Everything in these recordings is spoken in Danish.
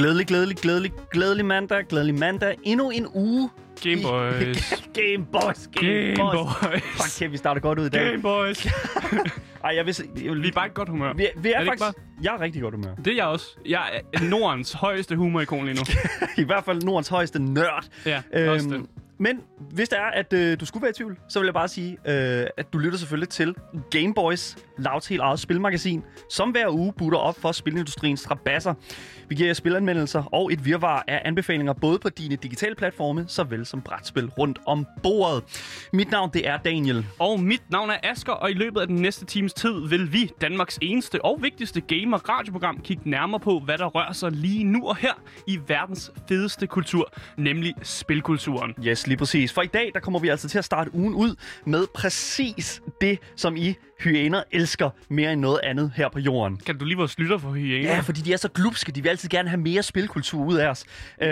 Glædelig mandag. Endnu en uge. Gameboys. Gameboys. Fuck, kæft, vi starter godt ud i dag. Gameboys. Ej, jeg vil Vi er bare i godt humør. Vi er faktisk... Jeg er rigtig godt humør. Det er jeg også. Jeg er Nordens højeste humorikon lige nu. I hvert fald Nordens højeste nørd. Ja, også det. Men hvis det er, at du skulle være i tvivl, så vil jeg bare sige, at du lytter selvfølgelig til Gameboys, Louds helt eget spilmagasin, som hver uge butter op for spilindustriens strabasser. Vi giver jer spilanmeldelser og et virvar af anbefalinger både på dine digitale platforme, såvel som brætspil rundt om bordet. Mit navn, det er Daniel. Og mit navn er Asger, og i løbet af den næste times tid vil vi, Danmarks eneste og vigtigste gamer-radioprogram, kigge nærmere på, hvad der rører sig lige nu og her i verdens fedeste kultur, nemlig spilkulturen. Yes, lige præcis. For i dag, der kommer vi altså til at starte ugen ud med præcis det, som I hyæner elsker mere end noget andet her på jorden. Kan du lige vores lytter for hyæner? Ja, fordi de er så glupske. De vil altid gerne have mere spilkultur ud af os.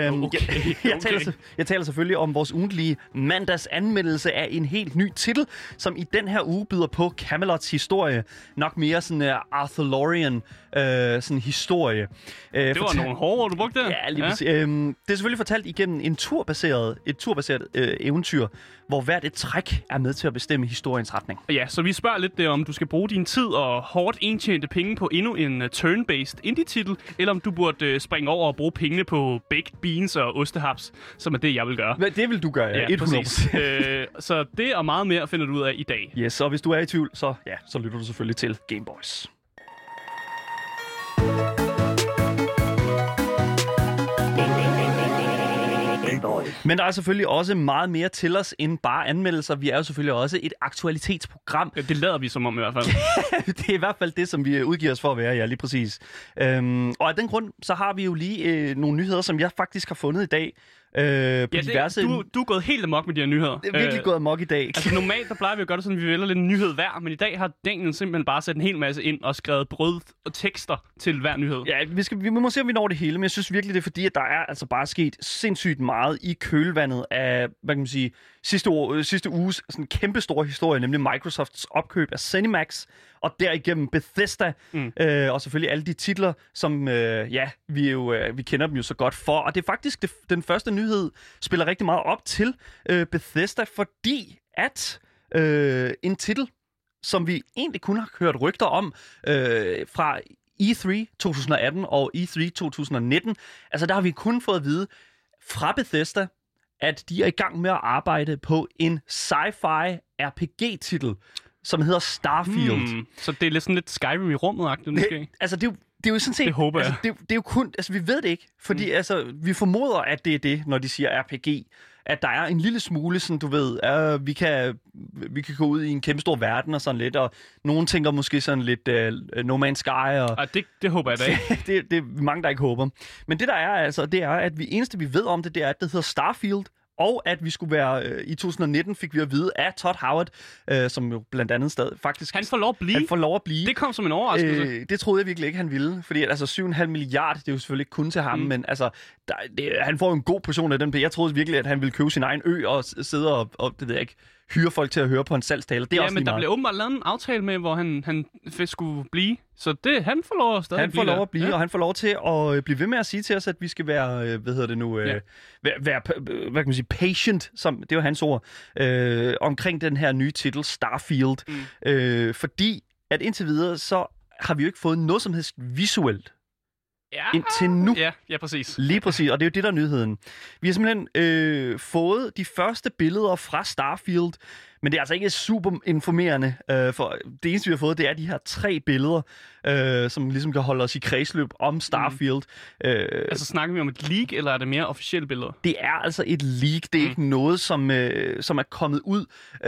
Jeg taler selvfølgelig om vores ugentlige mandags anmeldelse af en helt ny titel, som i den her uge byder på Camelots historie. Nok mere sådan Arthurian sådan historie. Det var nogle hårde ord, du brugte der. Ja, lige præcis. Det er selvfølgelig fortalt igennem et turbaseret eventyr, hvor hvert et træk er med til at bestemme historiens retning. Ja, så vi spørger lidt om du skal bruge din tid og hårdt indtjente penge på endnu en turn-based indie-titel, eller om du burde springe over og bruge pengene på baked beans og ostehaps, som er det, jeg vil gøre. Det vil du gøre, ja. 100%. Så det og meget mere finder du ud af i dag. Yes, og hvis du er i tvivl, så lytter du selvfølgelig til Gameboys. Men der er selvfølgelig også meget mere til os end bare anmeldelser. Vi er jo selvfølgelig også et aktualitetsprogram. Det lader vi som om i hvert fald. Det er i hvert fald det, som vi udgiver os for at være, ja, lige præcis. Og af den grund, så har vi jo lige nogle nyheder, som jeg faktisk har fundet i dag. Diverse... Du er gået helt amok med de her nyheder. Det er virkelig gået amok i dag. Altså normalt, der plejer vi at gøre det sådan, at vi vælger lidt en nyhed hver, men i dag har Daniel simpelthen bare sat en hel masse ind og skrevet brød og tekster til hver nyhed. Ja, vi må se, om vi når det hele, men jeg synes virkelig, det er fordi, at der er altså bare sket sindssygt meget i kølvandet af, hvad kan man sige, sidste uges sådan kæmpestore historie, nemlig Microsofts opkøb af ZeniMax, og derigennem Bethesda, og selvfølgelig alle de titler, som vi kender dem jo så godt for. Og det er faktisk den første nyhed, spiller rigtig meget op til Bethesda, fordi at en titel, som vi egentlig kun har hørt rygter om fra E3 2018 og E3 2019, altså der har vi kun fået at vide fra Bethesda, at de er i gang med at arbejde på en sci-fi RPG-titel, som hedder Starfield. Så det er sådan lidt Skyrim i rummet-agtigt måske? Altså, det er jo sådan set... Det håber jeg. Altså, det er jo kun... Altså, vi ved det ikke, fordi altså, vi formoder, at det er det, når de siger RPG. At der er en lille smule, sådan du ved, vi kan gå ud i en kæmpe stor verden og sådan lidt, og nogen tænker måske sådan lidt No Man's Sky. Og det håber jeg da ikke. det er mange, der ikke håber. Men det der er altså, det er, at eneste vi ved om det, det er, at det hedder Starfield, og at vi skulle være... I 2019 fik vi at vide af Todd Howard, som jo blandt andet stadig faktisk... Han får lov at blive? Det kom som en overraskelse. Det troede jeg virkelig ikke, han ville. Fordi altså 7,5 milliarder, det er jo selvfølgelig ikke kun til ham, men altså, han får jo en god portion af den. Jeg troede virkelig, at han ville købe sin egen ø og sidde og det ved jeg ikke, hyre folk til at høre på en salgstaler. Det er også men der blev åbenbart lavet en aftale med, hvor han skulle blive. Så han får lov at stadig blive. Han får lov at blive, og han får lov til at blive ved med at sige til os, at vi skal være, være hvad kan man sige, patient, som det var hans ord, omkring den her nye titel, Starfield. Fordi, at indtil videre, så har vi jo ikke fået noget som helst visuelt. Ja. Indtil nu. Ja, præcis. Lige præcis, og det er jo det, der er nyheden. Vi har simpelthen fået de første billeder fra Starfield, men det er altså ikke super informerende, for det eneste, vi har fået, det er de her 3 billeder, som ligesom kan holde os i kredsløb om Starfield. Altså snakker vi om et leak, eller er det mere officielle billeder? Det er altså et leak. Det er ikke noget, som er kommet ud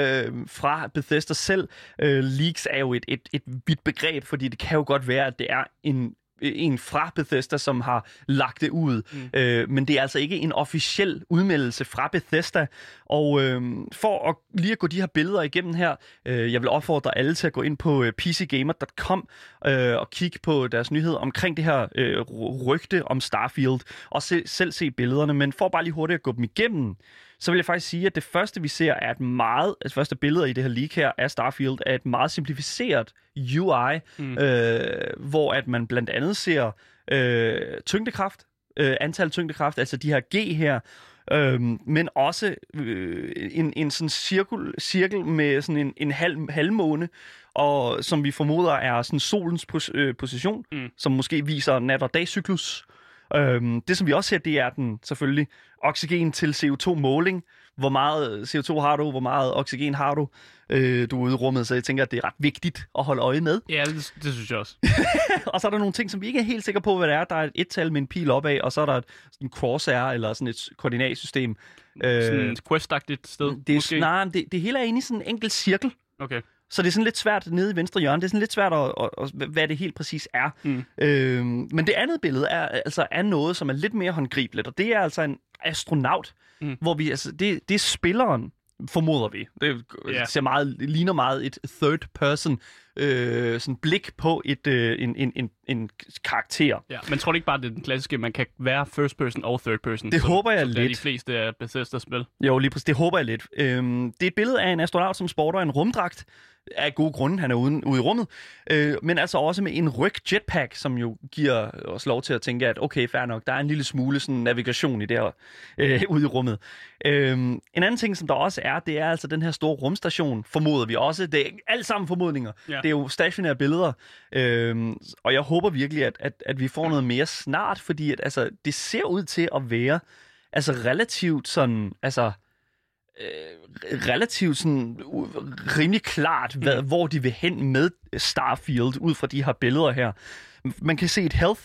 fra Bethesda selv. Leaks er jo et vidt begreb, fordi det kan jo godt være, at det er en fra Bethesda, som har lagt det ud. Men det er altså ikke en officiel udmeldelse fra Bethesda. Og for at lige at gå de her billeder igennem her, jeg vil opfordre alle til at gå ind på pcgamer.com og kigge på deres nyhed omkring det her rygte om Starfield, og selv se billederne. Men for bare lige hurtigt at gå dem igennem, så vil jeg faktisk sige, at det første, vi ser, er første billeder i det her leak her af Starfield, er et meget simplificeret UI, hvor at man blandt andet ser tyngdekraft, antal tyngdekraft, altså de her G her, men også en sådan cirkel med sådan en halvmåne, og som vi formoder er sådan solens position, som måske viser nat- og dagcyklus. Det, som vi også ser, det er den selvfølgelig oxygen til CO2-måling. Hvor meget CO2 har du? Hvor meget oxygen har du? Du er ude i rummet, så jeg tænker, at det er ret vigtigt at holde øje med. Ja, det synes jeg også. Og så er der nogle ting, som vi ikke er helt sikre på, hvad det er. Der er et et-tal med en pil opad, og så er der en crosshair, eller sådan et koordinatsystem. Sådan et quest-agtigt sted, måske? Nej, det hele er inde i sådan en enkelt cirkel. Okay. Så det er sådan lidt svært nede i venstre hjørne. Det er sådan lidt svært, hvad det helt præcis er. Men det andet billede er noget, som er lidt mere håndgribeligt, og det er altså en astronaut, hvor vi altså det er spilleren, formoder vi. Det ligner meget et third person sådan blik på en karakter. Ja, men tror du ikke bare, det er den klassiske, man kan være first person og third person? Det håber jeg lidt. Det er de fleste af Bethesda-spil. Jo, lige præcis. Det håber jeg lidt. Det er et billede af en astronaut, som sporter en rumdragt. Af gode grunde, han er ude i rummet. Men altså også med en ryg-jetpack, som jo giver os lov til at tænke, at okay, fair nok, der er en lille smule sådan navigation i det her ude i rummet. En anden ting, som der også er, det er altså den her store rumstation, formoder vi også. Det er alt sammen formodninger. Ja. Det er jo stationære billeder. Og jeg håber virkelig, at vi får noget mere snart, fordi at, altså, det ser ud til at være altså relativt sådan... Altså, relativt sådan rimelig klart, hvor de vil hen med Starfield, ud fra de her billeder her. Man kan se et health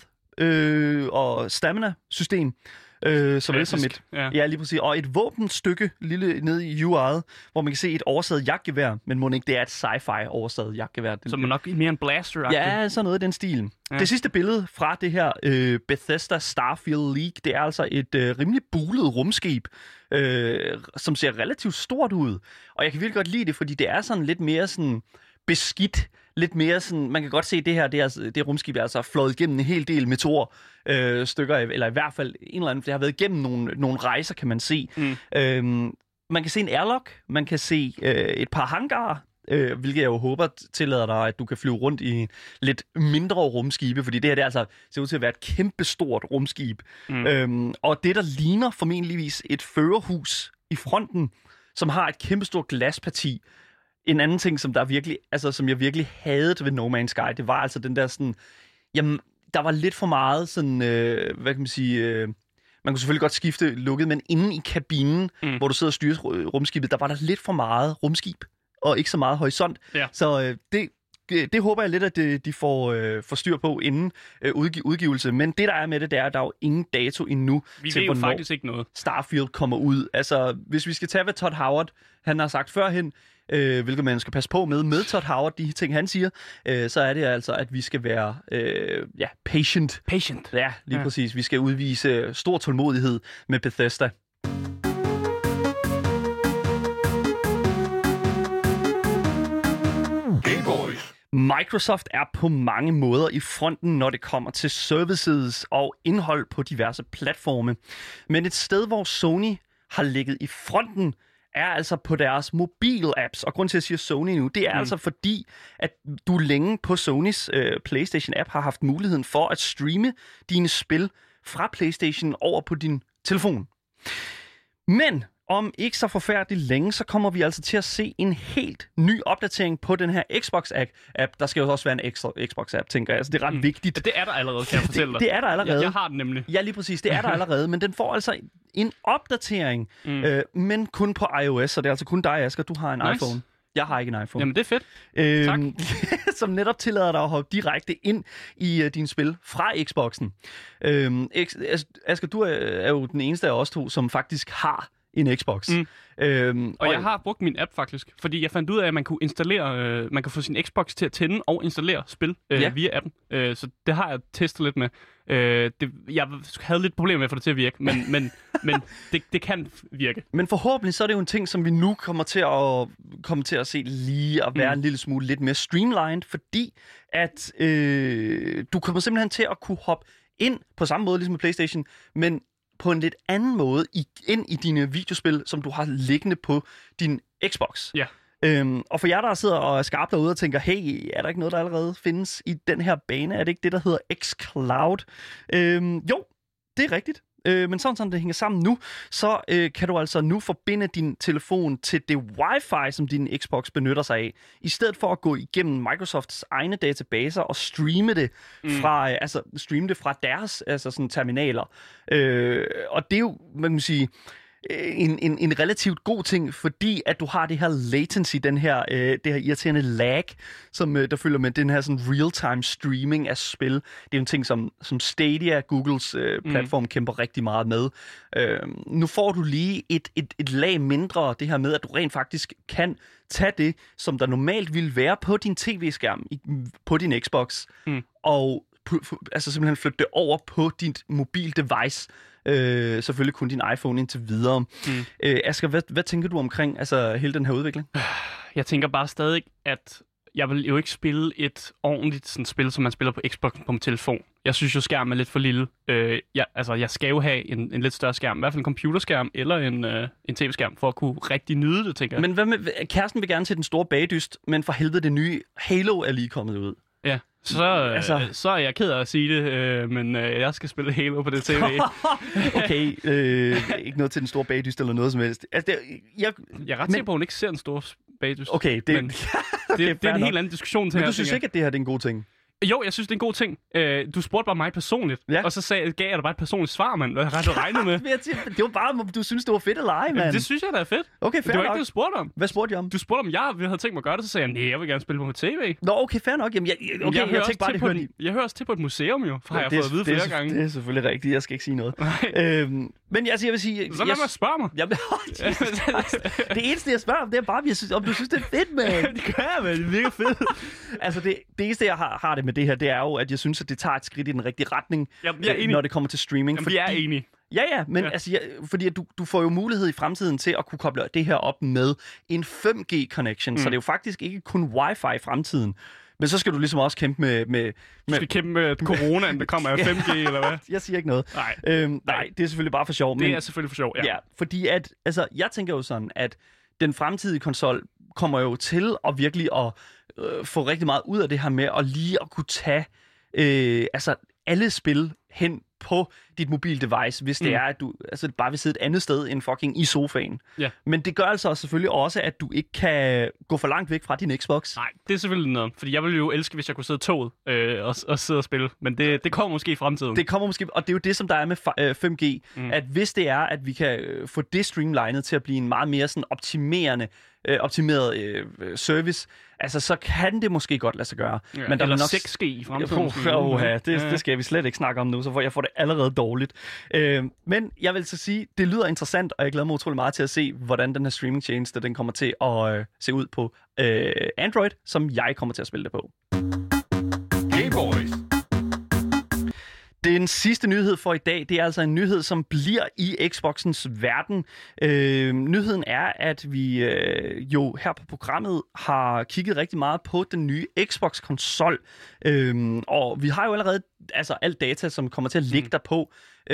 og stamina-system, såvel som et... Ja, lige præcis. Og et våbenstykke lille nede i UI'et, hvor man kan se et oversaget jagtgevær, men må ikke det er et sci-fi oversaget jagtgevær. Som er nok mere en blaster-agtig. Ja, sådan noget i den stil. Ja. Det sidste billede fra det her Bethesda Starfield League, det er altså et rimelig bulet rumskib, som ser relativt stort ud. Og jeg kan virkelig godt lide det, fordi det er sådan lidt mere sådan beskidt, lidt mere sådan, man kan godt se, at det rumskib er altså fløjet igennem en hel del meteorstykker, eller i hvert fald en eller anden, det har været igennem nogle rejser, kan man se. Man kan se en airlock, man kan se et par hangarer, hvilket jeg jo håber tillader dig, at du kan flyve rundt i lidt mindre rumskibe, fordi det her det altså ser ud til at være et kæmpestort rumskib. Og det, der ligner formentligvis et førerhus i fronten, som har et kæmpestort glasparti. En anden ting, som jeg virkelig hadede ved No Man's Sky, det var altså den der sådan... Jamen, der var lidt for meget sådan... hvad kan man sige... man kunne selvfølgelig godt skifte lukket, men inde i kabinen, hvor du sidder og styrer rumskibet, der var der lidt for meget rumskib, og ikke så meget horisont. Ja. Så det håber jeg lidt, at de får styr på inden udgivelse. Men det, der er med det, det er, at der er jo ingen dato endnu til, hvornår faktisk ikke noget. Starfield kommer ud. Altså, hvis vi skal tage, hvad Todd Howard han har sagt førhen, hvilket man skal passe på med Todd Howard, de ting, han siger, så er det altså, at vi skal være patient. Patient. Ja, lige præcis. Vi skal udvise stor tålmodighed med Bethesda. Microsoft er på mange måder i fronten, når det kommer til services og indhold på diverse platforme. Men et sted, hvor Sony har ligget i fronten, er altså på deres mobil-apps. Og grund til, at jeg siger Sony nu, det er altså fordi, at du længe på Sonys PlayStation-app har haft muligheden for at streame dine spil fra PlayStation over på din telefon. Men om ikke så forfærdeligt længe, så kommer vi altså til at se en helt ny opdatering på den her Xbox-app. Der skal jo også være en ekstra Xbox-app, tænker jeg. Altså, det er ret vigtigt. Det er der allerede, kan jeg fortælle dig. Det er der allerede. Jeg har den nemlig. Ja, lige præcis. Det er der allerede, men den får altså en opdatering, men kun på iOS, så det er altså kun dig, Asger. Du har en iPhone. Jeg har ikke en iPhone. Jamen, det er fedt. Tak. Som netop tillader dig at hoppe direkte ind i dine spil fra Xboxen. Asger, du er jo den eneste af os to, som faktisk har en Xbox. Og jeg har brugt min app faktisk, fordi jeg fandt ud af, at man kunne installere, man kan få sin Xbox til at tænde og installere spil via appen. Så det har jeg testet lidt med. Jeg havde lidt problemer med at få det til at virke, men det kan virke. Men forhåbentlig så er det jo en ting, som vi nu kommer til at se lige at være en lille smule lidt mere streamlined, fordi at du kommer simpelthen til at kunne hoppe ind på samme måde ligesom med PlayStation, men på en lidt anden måde ind i dine videospil, som du har liggende på din Xbox. Ja. Og for jer, der sidder og er skarpt derude og tænker, hey, er der ikke noget, der allerede findes i den her bane? Er det ikke det, der hedder xCloud? Jo, Det er rigtigt. Men sådan som det hænger sammen nu, så kan du altså nu forbinde din telefon til det wifi, som din Xbox benytter sig af, i stedet for at gå igennem Microsofts egne databaser og streame det fra deres sådan terminaler. Og det er jo, man kan sige, en relativt god ting, fordi at du har det her latency, det her irriterende lag, som der følger med den her sådan real-time streaming af spil. Det er jo en ting, som Stadia, Googles platform, kæmper rigtig meget med. Nu får du lige et lag mindre, det her med, at du rent faktisk kan tage det, som der normalt ville være på din tv-skærm, på din Xbox, og altså simpelthen flytte det over på dit mobil device. Selvfølgelig kun din iPhone indtil videre. Asger, hvad tænker du omkring hele den her udvikling? Jeg tænker bare stadig, at jeg vil jo ikke spille et ordentligt sådan spil, som man spiller på Xbox på min telefon. Jeg synes jo, skærmen er lidt for lille. Jeg skal jo have en lidt større skærm, i hvert fald en computerskærm eller en tv-skærm, for at kunne rigtig nyde det, tænker jeg. Men hvad med, kæresten vil gerne til den store bagdyst, men for helvede, det nye Halo er lige kommet ud. Ja, så er jeg ked af at sige det, men jeg skal spille Halo på det tv. Okay, ikke noget til den store bagdyst eller noget som helst. Altså, jeg er ret sikker på, at hun ikke ser den store bagdyst. Okay, det er en helt anden diskussion til men her. Men du synes ikke, at det her er en god ting? Jo, jeg synes, det er en god ting. Du spurgte bare mig personligt, og så gav jeg dig bare et personligt svar, mand. Hvad har du regnet med? Det var bare, om du synes, det var fedt at lege, mand. Det synes jeg, da er fedt. Okay, fair det var nok. ikke det, du spurgte om. Hvad spurgte jeg om? Du spurgte, om jeg havde tænkt mig at gøre det, så sagde jeg, nej, jeg vil gerne spille på mit tv. Nå, okay, fair nok. Jamen, jeg tænkte bare, det hørte... Jeg hører også til på et museum, jo, for har jeg fået at vide flere gange. Det er selvfølgelig rigtigt, jeg skal ikke sige noget. Men jeg vil sige... Så lad mig spørge mig. Det eneste, jeg spørger om, det er bare, om du synes, det er fedt, mand. Det gør jeg, mand. Det virker fedt. Altså, det eneste, jeg har det med det her, det er jo, at jeg synes, at det tager et skridt i den rigtige retning, når det kommer til streaming. Jamen, vi er enige. Ja, men altså, fordi at du får jo mulighed i fremtiden til at kunne koble det her op med en 5G-connection, så det er jo faktisk ikke kun wifi i fremtiden. Men så skal du ligesom også kæmpe med... Du skal kæmpe med coronaen, der kommer af 5G, eller hvad? Jeg siger ikke noget. Nej, det er selvfølgelig bare for sjov. Det er selvfølgelig for sjov, ja. Fordi at, altså, jeg tænker jo sådan, at den fremtidige konsol kommer jo til at virkelig at få rigtig meget ud af det her med at lige at kunne tage alle spil hen på dit mobil-device, hvis det er, at du bare vil sidde et andet sted end fucking i sofaen. Ja. Men det gør altså selvfølgelig også, at du ikke kan gå for langt væk fra din Xbox. Nej, det er selvfølgelig noget. Fordi jeg ville jo elske, hvis jeg kunne sidde i toget og sidde og spille. Men det kommer måske i fremtiden. Det kommer måske, og det er jo det, som der er med 5G. At hvis det er, at vi kan få det streamlinet til at blive en meget mere sådan optimeret service, altså så kan det måske godt lade sig gøre. Ja, men der eller nok 6G i fremtiden. Det skal vi slet ikke snakke om nu, så jeg får det allerede dårligt. Men jeg vil så sige, det lyder interessant, og jeg glæder mig utrolig meget til at se, hvordan den her streamingtjeneste den kommer til at se ud på Android, som jeg kommer til at spille det på. Hey boys. Den sidste nyhed for i dag, det er altså en nyhed, som bliver i Xboxens verden. Nyheden er, at vi jo her på programmet har kigget rigtig meget på den nye Xbox-konsol. Og vi har jo allerede alt data, som kommer til at ligge der på.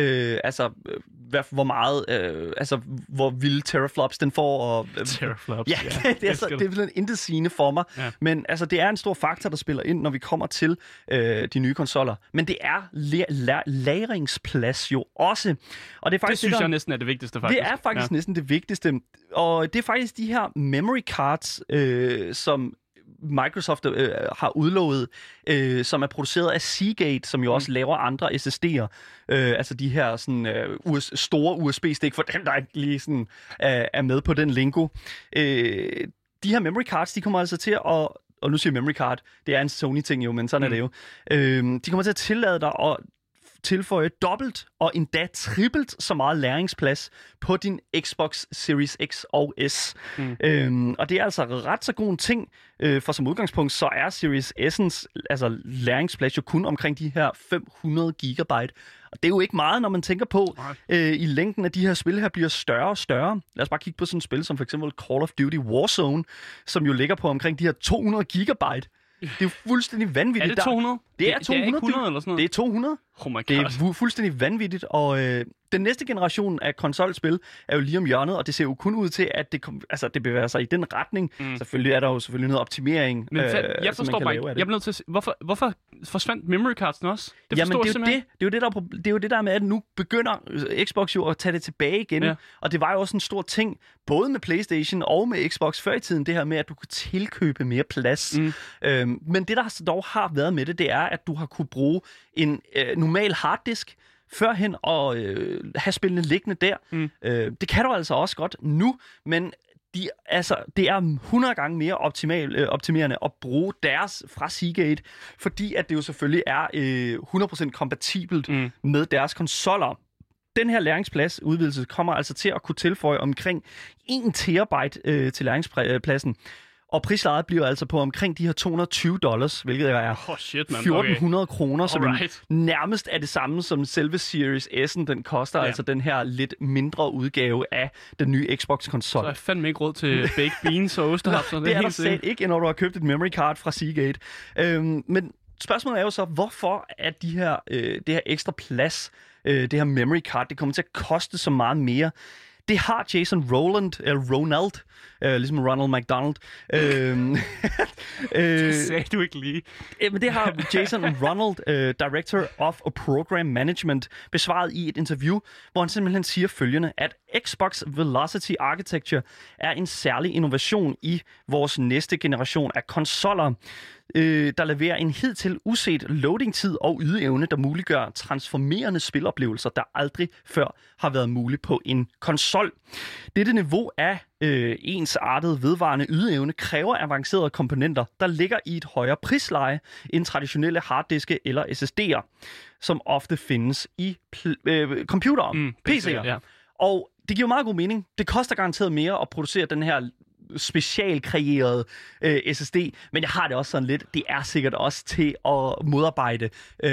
Hvor meget, hvor vilde teraflops den får. Og, teraflops, ja. Det er sådan intetsigende for mig. Ja. Men altså, det er en stor faktor, der spiller ind, når vi kommer til de nye konsoller. Men det er lagringsplads jo også. Og det er faktisk det synes jeg næsten er det vigtigste, faktisk. Det er faktisk næsten det vigtigste. Og det er faktisk de her memory cards, som Microsoft har udlovet, som er produceret af Seagate, som jo også laver andre SSD'er. Altså de her sådan, store USB-stik, for dem, der ikke lige sådan, er med på den lingo. De her memory cards, de kommer altså til at... Og nu siger jeg memory card, det er en Sony-ting jo, men sådan er det jo. De kommer til at tillade dig at tilføje dobbelt og endda trippelt så meget lagringsplads på din Xbox Series X og S. Og det er altså ret så god en ting, for som udgangspunkt så er Series S'ens lagringsplads jo kun omkring de her 500 gigabyte. Og det er jo ikke meget, når man tænker på, i længden af de her spil her bliver større og større. Lad os bare kigge på sådan et spil som for eksempel Call of Duty Warzone, som jo ligger på omkring de her 200 gigabyte. Det er jo fuldstændig vanvittigt. Er det 200? Det er 200. Det er ikke 100 eller sådan noget? Det er 200. Oh my God. Det er fuldstændig vanvittigt, og den næste generation af konsolspil er jo lige om hjørnet, og det ser jo kun ud til, at det bevæger sig i den retning. Selvfølgelig er der jo noget optimering, men jeg forstår bare ikke. Jeg bliver nødt til at se, hvorfor forsvandt memory cardsen også? Det Jamen, det er jo det der med, at nu begynder Xbox jo at tage det tilbage igen, og det var jo også en stor ting, både med PlayStation og med Xbox før i tiden, det her med, at du kunne tilkøbe mere plads. Men det, der dog har været med det er, at du har kunne bruge en normal harddisk førhen og have spillene liggende der. Det kan du altså også godt nu, men det er 100 gange mere optimerende at bruge deres fra Seagate, fordi at det jo selvfølgelig er 100% kompatibelt med deres konsoller. Den her læringsplads-udvidelse kommer altså til at kunne tilføje omkring 1 terabyte til læringspladsen. Og prislejet bliver altså på omkring de her $220, hvilket er 1.400 kroner, som nærmest er det samme som selve Series S'en. Den koster altså den her lidt mindre udgave af den nye Xbox-konsol. Så er jeg fandme ikke råd til baked beans og osterhapser. Det er der slet ikke, når du har købt et memory card fra Seagate. Men spørgsmålet er jo så, hvorfor er det her ekstra plads, det her memory card, det kommer til at koste så meget mere? Det har Jason Ronald, ligesom Ronald McDonald. Det sagde du ikke lige. Men det har Jason Ronald, Director of Program Management, besvaret i et interview, hvor han simpelthen siger følgende, at Xbox Velocity Architecture er en særlig innovation i vores næste generation af konsoller, der leverer en hidtil uset loading-tid og ydeevne, der muliggør transformerende spiloplevelser, der aldrig før har været muligt på en konsol. Dette niveau af ensartet vedvarende ydeevne kræver avancerede komponenter, der ligger i et højere prisleje end traditionelle harddiske eller SSD'er, som ofte findes i computere, PC'er. Ja. Og det giver meget god mening. Det koster garanteret mere at producere den her specialkreeret SSD, men jeg har det også sådan lidt, det er sikkert også til at modarbejde,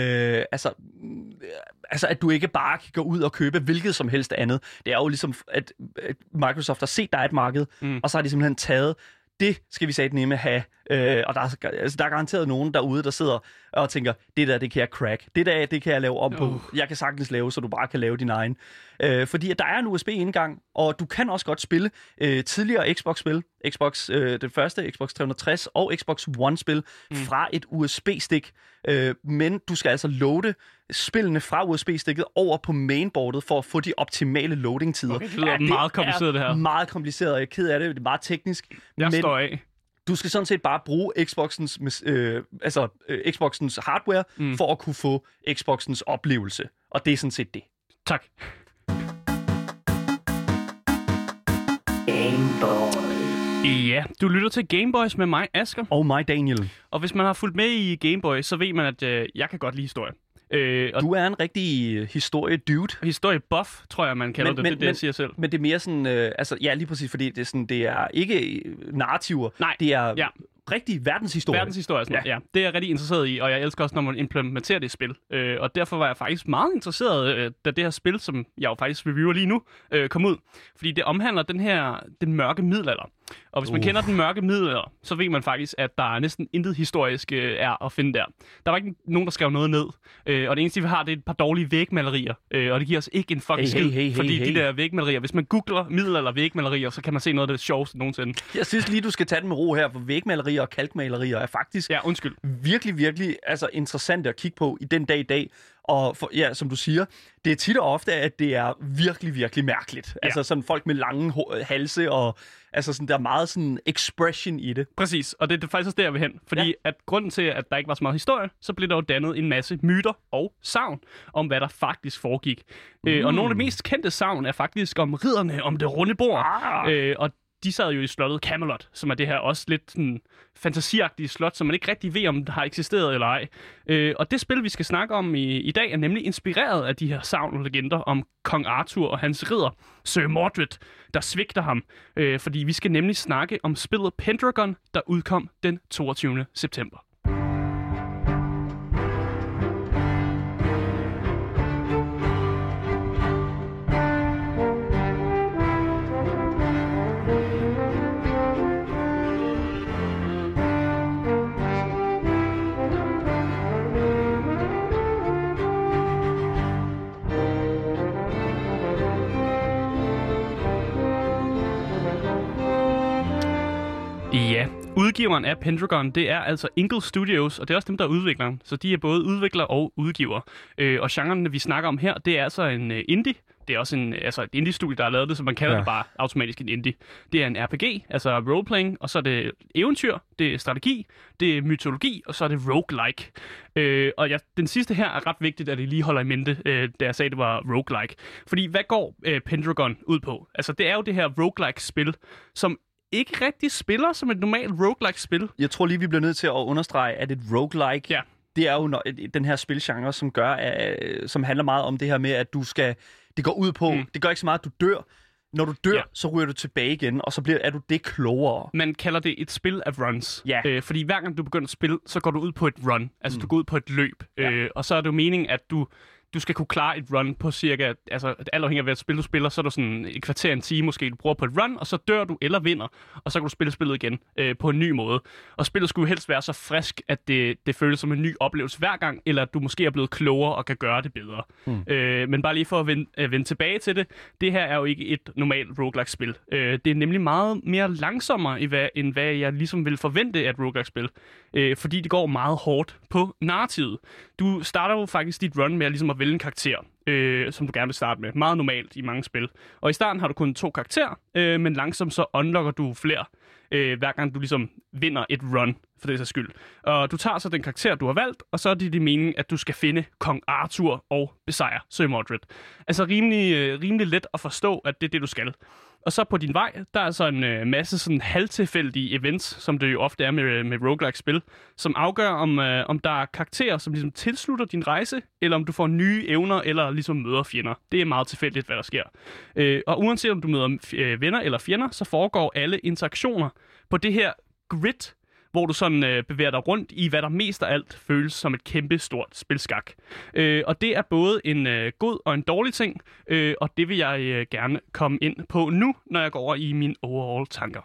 at du ikke bare kan gå ud og købe hvilket som helst andet. Det er jo ligesom, at Microsoft har set, der er et marked, og så har de simpelthen taget, det skal vi satme med have, og der er garanteret nogen derude, der sidder og tænker, det der, det kan jeg crack. Det der, det kan jeg lave om på. Jeg kan sagtens lave, så du bare kan lave din egen. Fordi at der er en USB-indgang, og du kan også godt spille tidligere Xbox-spil. Xbox, det første, Xbox 360 og Xbox One-spil fra et USB-stik. Men du skal altså loade spillene fra USB-stikket over på mainboardet for at få de optimale loading-tider. Okay, det lyder meget kompliceret, det her. Meget kompliceret, og jeg er ked af det. Det er meget teknisk. Jeg står af. Du skal sådan set bare bruge Xboxens hardware for at kunne få Xboxens oplevelse. Og det er sådan set det. Tak. Ja, du lytter til Gameboys med mig, Asger. Og mig, Daniel. Og hvis man har fulgt med i Gameboys, så ved man, at jeg kan godt lide historie. Du er en rigtig historie-dude. Historie-buff, tror jeg, man kalder det. Det er det, jeg siger selv. Men det er mere sådan, ja, lige præcis, fordi det er ikke narrativer. Nej, det er rigtig verdenshistorie. Verdenshistorie, sådan ja. Det er jeg rigtig interesseret i, og jeg elsker også, når man implementerer det i spil. Og derfor var jeg faktisk meget interesseret, da det her spil, som jeg jo faktisk reviewer lige nu, kom ud. Fordi det omhandler den mørke middelalder. Og hvis man kender den mørke middelalder, så ved man faktisk, at der er næsten intet historisk er at finde der. Der var ikke nogen, der skrev noget ned. Og det eneste, vi har, det er et par dårlige vægmalerier. Og det giver os ikke en fucking skid, fordi de der vægmalerier, hvis man googler middelalder vægmalerier, så kan man se noget af det sjoveste nogensinde. Jeg synes lige, du skal tage den med ro her, for vægmalerier og kalkmalerier er faktisk virkelig, virkelig interessant at kigge på i den dag i dag. Og som du siger, det er tit og ofte, at det er virkelig, virkelig mærkeligt. Ja. Altså sådan folk med lange halse, og altså sådan, der er meget sådan expression i det. Præcis, og det er faktisk også der, jeg vil hen. Fordi at grunden til, at der ikke var så meget historie, så blev der jo dannet en masse myter og sagn om, hvad der faktisk foregik. Og nogle af de mest kendte sagn er faktisk om ridderne om det runde bord. Og de sad jo i slottet Camelot, som er det her også lidt sådan fantasiagtige slot, som man ikke rigtig ved, om det har eksisteret eller ej. Og det spil, vi skal snakke om i dag, er nemlig inspireret af de her sagn og legender om kong Arthur og hans ridder, Sir Mordred, der svigter ham. Fordi vi skal nemlig snakke om spillet Pendragon, der udkom den 22. september. Udgiveren af Pendragon, det er altså Inkle Studios, og det er også dem, der udvikler den. Så de er både udvikler og udgiver. Og genren, vi snakker om her, det er altså en indie. Det er også et indie-studie, der har lavet det, så man kalder det bare automatisk en indie. Det er en RPG, altså roleplaying, og så er det eventyr, det er strategi, det er mytologi, og så er det roguelike. Den sidste her er ret vigtigt, at I lige holder i mente, da jeg sagde, det var roguelike. Fordi hvad går Pendragon ud på? Altså, det er jo det her roguelike-spil, som ikke rigtig spiller som et normalt roguelike-spil. Jeg tror lige, vi bliver nødt til at understrege, at et roguelike, det er jo den her spilgenre, som handler meget om det her med, at du skal... Det går ud på, det gør ikke så meget, at du dør. Når du dør, så ryger du tilbage igen, og så er du det klogere. Man kalder det et spil af runs. Fordi hver gang du begynder at spille, så går du ud på et run. Altså du går ud på et løb. Og så er det jo meningen, at du skal kunne klare et run på cirka, altså alt afhængig af hvilket spil du spiller, så er der sådan et kvarter, en time måske, du bruger på et run, og så dør du eller vinder, og så kan du spille spillet igen på en ny måde. Og spillet skulle helst være så frisk, at det føles som en ny oplevelse hver gang, eller at du måske er blevet klogere og kan gøre det bedre. Men bare lige for at vende tilbage til det her er jo ikke et normalt roguelike-spil. Det er nemlig meget mere langsommere, end hvad jeg ligesom vil forvente af et roguelike-spil. Fordi det går meget hårdt på narrativet. Du starter jo faktisk dit run med ligesom at vælge en karakter, som du gerne vil starte med. Meget normalt i mange spil. Og i starten har du kun 2 karakterer, men langsomt så unlocker du flere, hver gang du ligesom vinder et run, for det er skyld. Og du tager så den karakter, du har valgt, og så er det meningen, at du skal finde Kong Arthur og besejre Sir Mordred. Altså rimelig let at forstå, at det er det, du skal. Og så på din vej, der er så en masse sådan halvtilfældige events, som det jo ofte er med roguelike-spil, som afgør, om der er karakterer, som ligesom tilslutter din rejse, eller om du får nye evner, eller ligesom møder fjender. Det er meget tilfældigt, hvad der sker. Og uanset om du møder venner eller fjender, så foregår alle interaktioner på det her grid, hvor du sådan bevæger dig rundt i, hvad der mest af alt føles som et kæmpe stort spilskak. Og det er både en god og en dårlig ting, og det vil jeg gerne komme ind på nu, når jeg går over i mine overall tanker.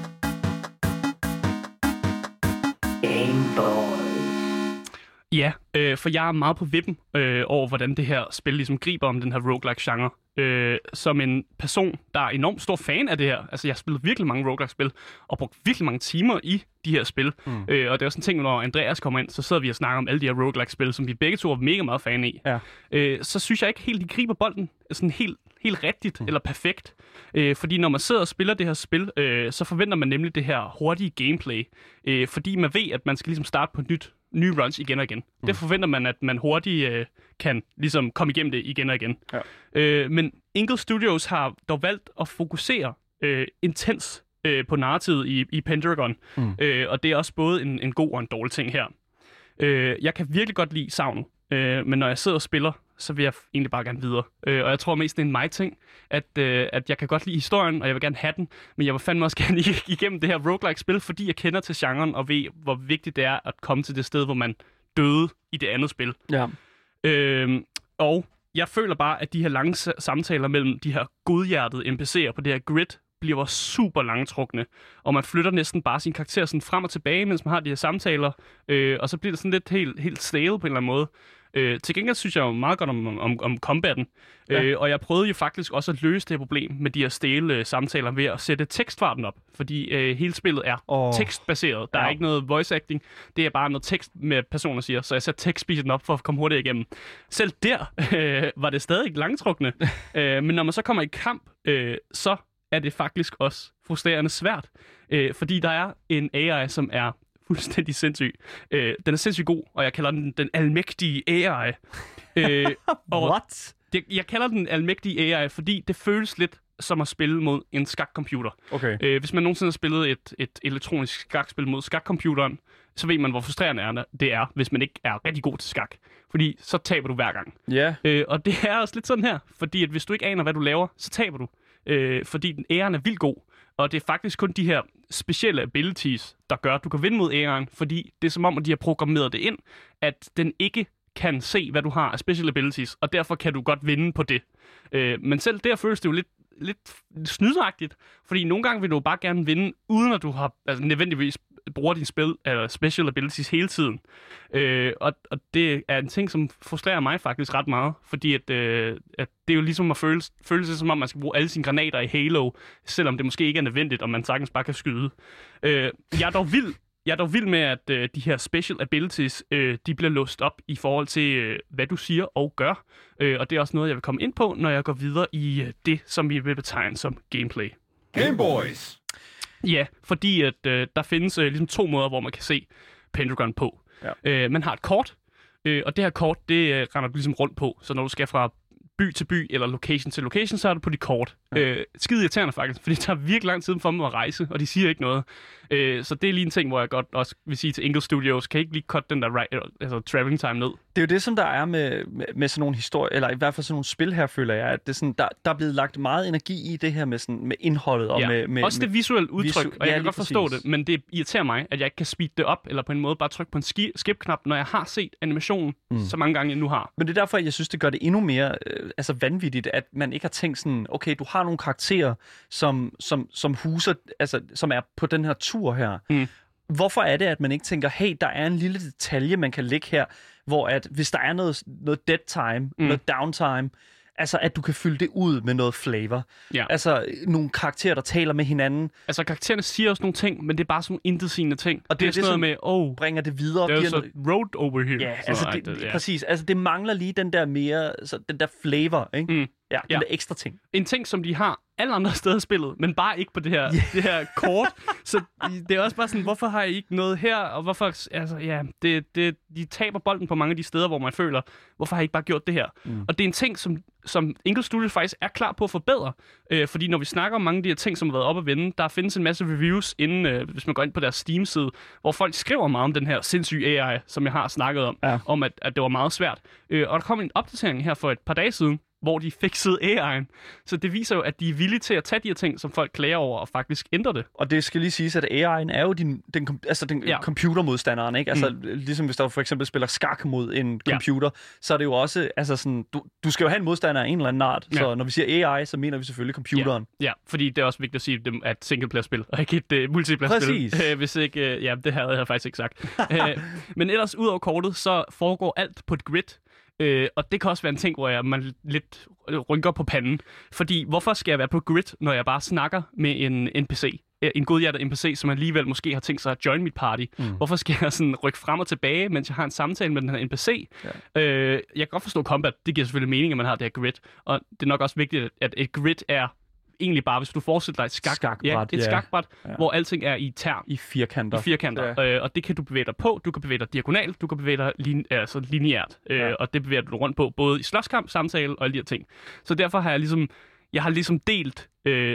Ja, for jeg er meget på vippen over, hvordan det her spil ligesom griber om den her roguelike-genre. Som en person, der er enormt stor fan af det her. Altså, jeg har spillet virkelig mange roguelike-spil, og brugt virkelig mange timer i de her spil. Og det er også en ting, når Andreas kommer ind, så sidder vi og snakker om alle de her roguelike-spil, som vi begge to er mega meget fan af. Ja. Så synes jeg ikke helt, de griber bolden sådan helt rigtigt eller perfekt. Fordi når man sidder og spiller det her spil, så forventer man nemlig det her hurtige gameplay. Fordi man ved, at man skal ligesom starte på nye runs igen og igen. Det forventer man, at man hurtigt kan ligesom komme igennem det igen og igen. Ja. Men Inkle Studios har dog valgt at fokusere intens på narrativet i Pendragon. Og det er også både en god og en dårlig ting her. Jeg kan virkelig godt lide savnet, men når jeg sidder og spiller, så vil jeg egentlig bare gerne videre. Og jeg tror mest, det er en mig-ting, at jeg kan godt lide historien, og jeg vil gerne have den, men jeg vil fandme også gerne igennem det her roguelike-spil, fordi jeg kender til genren og ved, hvor vigtigt det er at komme til det sted, hvor man døde i det andet spil. Ja. Og jeg føler bare, at de her lange samtaler mellem de her godhjertede NPC'er på det her grid bliver super langtrukne, og man flytter næsten bare sin karakter sådan frem og tilbage, mens man har de her samtaler, og så bliver det sådan lidt helt stale på en eller anden måde. Til gengæld synes jeg jo meget godt om combatten, og jeg prøvede jo faktisk også at løse det her problem med de her stale samtaler ved at sætte tekstfarten op, fordi hele spillet er tekstbaseret. Der er ikke noget voice acting, det er bare noget tekst med personer siger, så jeg satte tekstspeeden op for at komme hurtigt igennem. Selv der var det stadig langtrukne, men når man så kommer i kamp, så er det faktisk også frustrerende svært, fordi der er en AI, som er fuldstændig sindssyg. Den er sindssygt god, og jeg kalder den almægtige AI. What? Jeg kalder den almægtige AI, fordi det føles lidt som at spille mod en skakcomputer. Okay. Hvis man nogensinde har spillet et elektronisk skakspil mod skakcomputeren, så ved man, hvor frustrerende det er, hvis man ikke er rigtig god til skak. Fordi så taber du hver gang. Yeah. Og det er også lidt sådan her, fordi at hvis du ikke aner, hvad du laver, så taber du. Fordi den æren er vildt god. Og det er faktisk kun de her specielle abilities, der gør, at du kan vinde mod æren, fordi det er som om, at de har programmeret det ind, at den ikke kan se, hvad du har af special abilities, og derfor kan du godt vinde på det. Men selv der føles det jo lidt snydagtigt, fordi nogle gange vil du bare gerne vinde, uden at du har nødvendigvis bruger dine special abilities hele tiden. Og det er en ting, som frustrerer mig faktisk ret meget, fordi at det er jo ligesom at føles som om, man skal bruge alle sine granater i Halo, selvom det måske ikke er nødvendigt, og man sagtens bare kan skyde. Jeg er dog vild med, at de her special abilities, de bliver låst op i forhold til, hvad du siger og gør. Og det er også noget, jeg vil komme ind på, når jeg går videre i det, som vi vil betegne som gameplay. Game Boys. Ja, fordi at der findes ligesom 2 måder, hvor man kan se Pentagon på. Ja. Man har et kort, og det her kort, det render du ligesom rundt på. Så når du skal fra by til by eller location til location, så er du på dit kort. Ja. Skide irriterende faktisk, fordi det tager virkelig lang tid for dem at rejse, og de siger ikke noget. Så det er lige en ting, hvor jeg godt også vil sige til Ingle Studios, kan I ikke lige cut den der traveling time ned? Det er jo det, som der er med sådan nogle historier, eller i hvert fald sådan nogle spil her, føler jeg, at det er sådan, der er blevet lagt meget energi i det her med, sådan, med indholdet. Og med også det visuelle udtryk, og jeg kan godt forstå det, men det irriterer mig, at jeg ikke kan speede det op, eller på en måde bare trykke på en skip-knap, når jeg har set animationen så mange gange, jeg nu har. Men det er derfor, jeg synes, det gør det endnu mere vanvittigt, at man ikke har tænkt sådan, okay, du har nogle karakterer, som huser, altså som er på den her tur her. Hvorfor er det, at man ikke tænker, hey, der er en lille detalje, man kan lægge her, hvor at hvis der er noget dead time, noget downtime, altså at du kan fylde det ud med noget flavor. Ja. Altså nogle karakterer, der taler med hinanden. Altså karaktererne siger også nogle ting, men det er bare sådan nogle intetsigende ting. Og det er sådan noget med, bringer det videre. There's a road over here. Ja, altså præcis. Altså det mangler lige den der mere, den der flavor, ikke? Ja, den der ekstra ting. En ting, som de har alle andre steder i spillet, men bare ikke på det her kort. Så det er også bare sådan, hvorfor har I ikke noget her? Og hvorfor, altså ja, de taber bolden på mange af de steder, hvor man føler, hvorfor har I ikke bare gjort det her? Og det er en ting, som Ingle Studios faktisk er klar på at forbedre. Fordi når vi snakker om mange af de her ting, som har været op at vende, der findes en masse reviews inden, hvis man går ind på deres Steam-side, hvor folk skriver meget om den her sindssyge AI, som jeg har snakket om, om at det var meget svært. Og der kom en opdatering her for et par dage siden, hvor de fikset AI'en. Så det viser jo, at de er villige til at tage de her ting, som folk klager over, og faktisk ændre det. Og det skal lige siges, at AI'en er jo den computermodstanderen, ikke? Altså, ligesom hvis der for eksempel spiller skak mod en computer, så er det jo også, altså sådan, du skal jo have en modstander af en eller anden art. Så når vi siger AI, så mener vi selvfølgelig computeren. Ja, fordi det er også vigtigt at sige, at single-player-spil, og ikke et multiplayer-spil. Hvis ikke, det havde jeg faktisk ikke sagt. Men ellers, ud over kortet, så foregår alt på et grid. Og det kan også være en ting, hvor man lidt rynker på panden. Fordi hvorfor skal jeg være på grid, når jeg bare snakker med en NPC? En godhjertet NPC, som alligevel måske har tænkt sig at join mit party. Hvorfor skal jeg sådan rykke frem og tilbage, mens jeg har en samtale med den her NPC? Jeg kan godt forstå combat. Det giver selvfølgelig mening, at man har det her grid. Og det er nok også vigtigt, at et grid er egentlig bare, hvis du forestiller dig et skakbræt, hvor alting er i tern. I firkanter. Ja. Og det kan du bevæge dig på. Du kan bevæge dig diagonalt. Du kan bevæge dig lineært. Og det bevæger du rundt på, både i slåskamp, samtale og alle de her ting. Så derfor har jeg har ligesom delt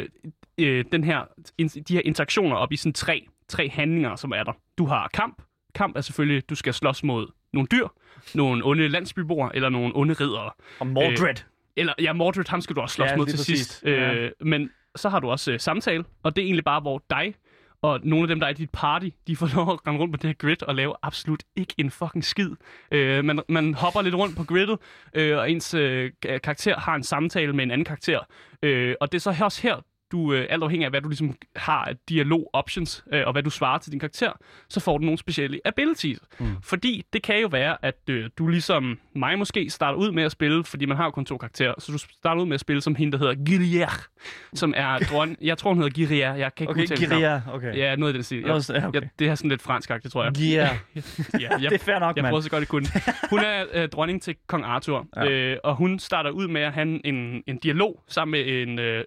de her interaktioner op i sådan tre handlinger, som er der. Du har kamp. Kamp er selvfølgelig, du skal slås mod nogle dyr, nogle onde landsbyboere eller nogle onde riddere. Og Mordred. Mordred, ham skal du også slås mod til sidst. Men så har du også samtale, og det er egentlig bare, hvor dig og nogle af dem, der er i dit party, de får lov at rende rundt på det her grid og lave absolut ikke en fucking skid. Man hopper lidt rundt på gridet, og ens karakter har en samtale med en anden karakter. Og det er så også her, du, alt afhængig af, hvad du ligesom har af dialog-options, og hvad du svarer til din karakter, så får du nogle specielle abilities. Fordi det kan jo være, at du ligesom mig måske starter ud med at spille, fordi man har jo kun 2 karakterer, så du starter ud med at spille som hende, der hedder Guerrière, som er jeg tror, hun hedder Guerrière. Jeg kan ikke udtale det. Okay. Ja, noget af den stil. Det er sådan lidt fransk, det tror jeg. Det er fair nok, jeg prøver så godt, jeg kunne. Hun er dronning til kong Arthur, og hun starter ud med at have en dialog sammen med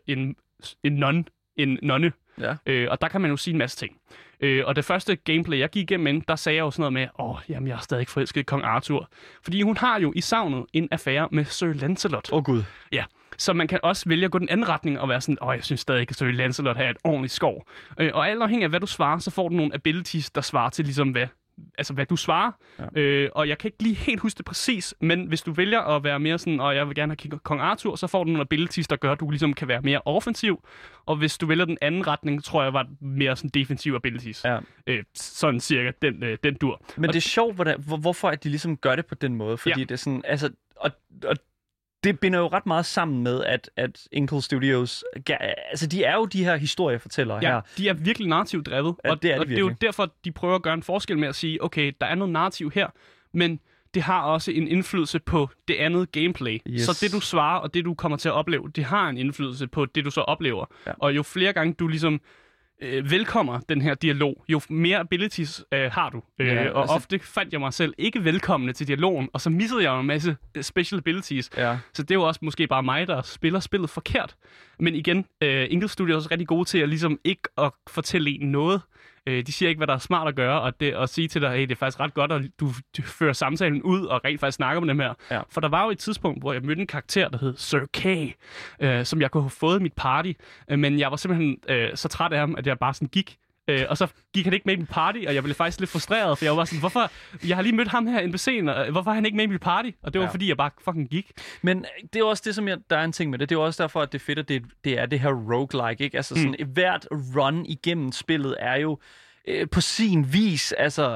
en nonne. Ja. Og der kan man jo sige en masse ting. Og det første gameplay, jeg gik igennem, der sagde jeg jo sådan noget med, jeg er stadig forelsket i kong Arthur. Fordi hun har jo i savnet en affære med Sir Lancelot. Gud. Ja, så man kan også vælge at gå den anden retning og være sådan, jeg synes stadig ikke, at Sir Lancelot har et ordentligt skov. Og alt afhængig af, hvad du svarer, så får du nogle abilities, der svarer til ligesom hvad du svarer. Ja. Og jeg kan ikke lige helt huske det præcis, men hvis du vælger at være mere sådan, jeg vil gerne have kong Arthur, så får du nogle abilities, der gør, at du ligesom kan være mere offensiv. Og hvis du vælger den anden retning, tror jeg, var mere sådan defensive abilities. Ja. Sådan cirka den dur. Men det er sjovt, hvorfor at de ligesom gør det på den måde, fordi det er sådan, altså, og Det binder jo ret meget sammen med, at Inkle Studios, altså de er jo de her historiefortællere her. Ja, de er virkelig narrativt drevet, Ja, det er og det er jo derfor, de prøver at gøre en forskel med at sige, okay, der er noget narrativ her, men det har også en indflydelse på det andet gameplay. Yes. Så det, du svarer, og det, du kommer til at opleve, det har en indflydelse på det, du så oplever. Ja. Og jo flere gange du ligesom velkommer den her dialog, jo mere abilities har du. Og altså, ofte fandt jeg mig selv ikke velkomne til dialogen, og så missede jeg en masse special abilities. Ja. Så det er jo også måske bare mig, der spiller spillet forkert. Men igen, Inkle Studios er også rigtig gode til at ligesom ikke at fortælle en noget. De siger ikke, hvad der er smart at gøre, og det at sige til dig, hey, det er faktisk ret godt, at du fører samtalen ud og rent faktisk snakker med dem her. Ja. For der var jo et tidspunkt, hvor jeg mødte en karakter, der hed Sir K, som jeg kunne have fået i mit party, men jeg var simpelthen så træt af ham, at jeg bare sådan gik. Og så gik han ikke med i mit party, og jeg blev faktisk lidt frustreret, for jeg var sådan, hvorfor? Jeg har lige mødt ham her i NPC'en, og hvorfor er han ikke med i mit party? Og det var fordi, jeg bare fucking gik. Men det er også det, som der er en ting med det. Det er også derfor, at det er fedt, at det er det her roguelike, ikke? Altså sådan, hvert run igennem spillet er jo på sin vis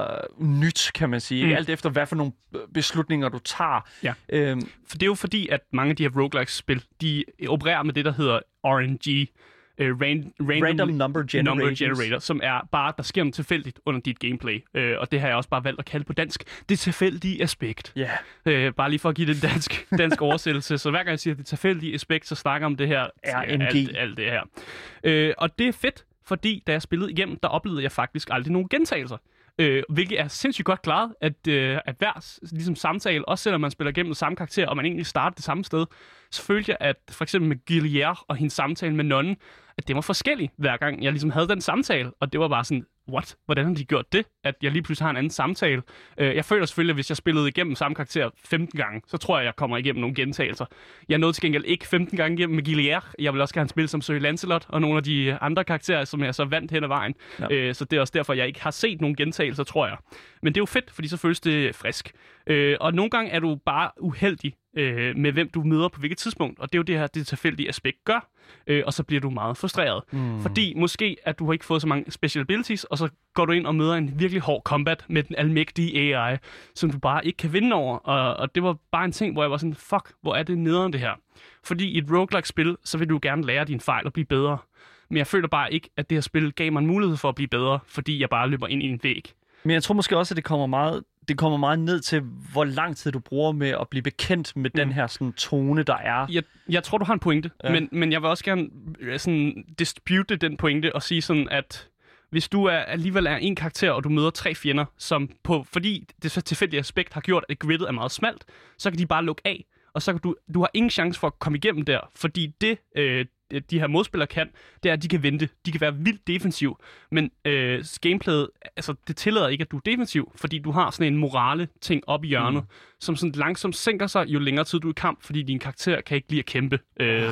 nyt, kan man sige. Alt efter, hvad for nogle beslutninger du tager. Ja. For det er jo fordi, at mange af de her roguelike-spil, de opererer med det, der hedder RNG. Random Number Generator, som er bare, der sker noget tilfældigt under dit gameplay. Og det har jeg også bare valgt at kalde på dansk, det tilfældige aspekt. Yeah. Bare lige for at give det en dansk oversættelse. Så hver gang jeg siger det tilfældige aspekt, så snakker om det her RNG. Alt det her. Og det er fedt, fordi da jeg spillede igennem, der oplevede jeg faktisk aldrig nogen gentagelser. Hvilket er sindssygt godt klaret, at hver ligesom samtale, også selvom man spiller igennem samme karakter, og man egentlig starter det samme sted, så følte jeg, at for eksempel med Gilliard og hendes samtale med nonnen, at det var forskelligt hver gang, jeg ligesom havde den samtale. Og det var bare sådan, what? Hvordan har de gjort det? At jeg lige pludselig har en anden samtale. Jeg føler selvfølgelig, at hvis jeg spillede igennem samme karakter 15 gange, så tror jeg kommer igennem nogle gentagelser. Jeg nåede til gengæld ikke 15 gange igennem med Gilliard. Jeg vil også gerne spille som Sir Lancelot og nogle af de andre karakterer, som jeg så vandt hen ad vejen. Ja. Så det er også derfor, jeg ikke har set nogen gentagelser, tror jeg. Men det er jo fedt, fordi så føles det frisk. Og nogle gange er du bare uheldig med hvem du møder på hvilket tidspunkt. Og det er jo det her, det tilfældige aspekt gør. Og så bliver du meget frustreret. Fordi måske, at du har ikke fået så mange special abilities, og så går du ind og møder en virkelig hård combat med den almægtige AI, som du bare ikke kan vinde over. Og det var bare en ting, hvor jeg var sådan, fuck, hvor er det nederen det her. Fordi i et roguelike-spil, så vil du gerne lære dine fejl og blive bedre. Men jeg føler bare ikke, at det her spil gav mig en mulighed for at blive bedre, fordi jeg bare løber ind i en væg. Men jeg tror måske også, at det kommer meget ned til, hvor lang tid du bruger med at blive bekendt med den her sådan, tone, der er. Jeg tror, du har en pointe, men jeg vil også gerne sådan, dispute den pointe og sige sådan, at hvis du alligevel er en karakter, og du møder 3 fjender, som fordi det så tilfældige aspekt har gjort, at gridet er meget smalt, så kan de bare lukke af, og så kan du har ingen chance for at komme igennem der, fordi det de her modspillere kan, det er, at de kan vente. De kan være vildt defensiv, men gameplayet, altså det tillader ikke, at du er defensiv, fordi du har sådan en morale ting op i hjørnet, som sådan langsomt sænker sig, jo længere tid du er i kamp, fordi din karakter kan ikke lide at kæmpe.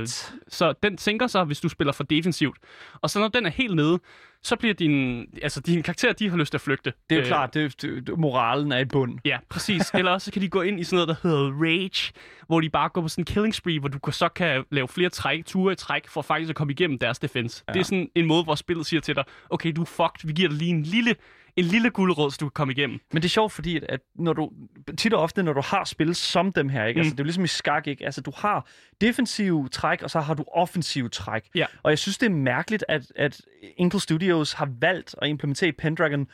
Så den sænker sig, hvis du spiller for defensivt. Og så når den er helt nede, så bliver dine karakterer, de har lyst til at flygte. Det er jo klart, moralen er i bund. Ja, præcis. Eller også kan de gå ind i sådan noget, der hedder Rage, hvor de bare går på sådan en killing spree, hvor du så kan lave flere ture i træk, for faktisk at komme igennem deres defense. Ja. Det er sådan en måde, hvor spillet siger til dig, okay, du er fucked, vi giver dig lige en lille guldråd, så du kan komme igennem. Men det er sjovt, fordi at når du tit og ofte, når du har spillet som dem her, ikke? Altså, det er jo ligesom i skak, ikke? Altså, du har defensiv træk, og så har du offensiv træk. Ja. Og jeg synes, det er mærkeligt, at Inkle Studios har valgt at implementere i Pendragon,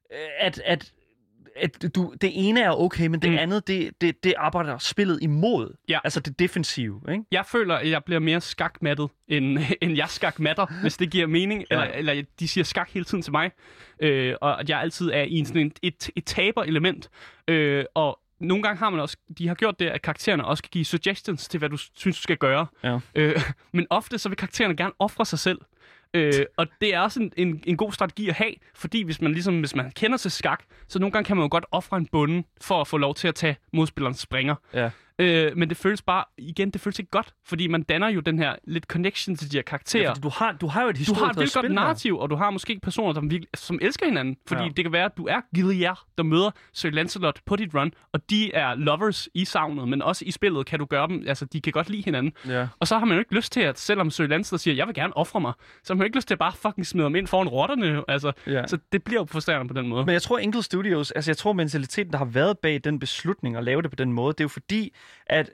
at det ene er okay, men det andet, det arbejder spillet imod. Ja. Altså det defensive, ikke? Jeg føler, at jeg bliver mere skakmattet, end jeg skakmatter, hvis det giver mening. Ja. Eller de siger skak hele tiden til mig. Og at jeg altid er i sådan et taber-element. Og nogle gange har man også, de har gjort det, at karaktererne også kan give suggestions til, hvad du synes, du skal gøre. Ja. Men ofte så vil karaktererne gerne ofre sig selv. Og det er også en god strategi at have, fordi hvis man kender til skak, så nogle gange kan man jo godt ofre en bonde for at få lov til at tage modspillerens springer. Ja. Men det føles bare, igen, det føles ikke godt, fordi man danner jo den her lidt connection til de her karakterer. Ja, du har jo et historisk spil. Du har et vildt godt narrativ, og du har måske personer, som elsker hinanden. Fordi det kan være, at du er Gilliard, der møder Sir Lancelot på dit run, og de er lovers i savnet, men også i spillet kan du gøre dem, altså de kan godt lide hinanden. Ja. Og så har man jo ikke lyst til, at selvom Sir Lancelot siger, jeg vil gerne ofre mig, så har man jo ikke lyst til at bare fucking smide dem ind foran rotterne. Altså, så det bliver jo frustrerende på den måde. Men jeg tror, Inkle Studios, altså jeg tror mentaliteten, der har været bag den beslutning at lave det på den måde, det er jo fordi, at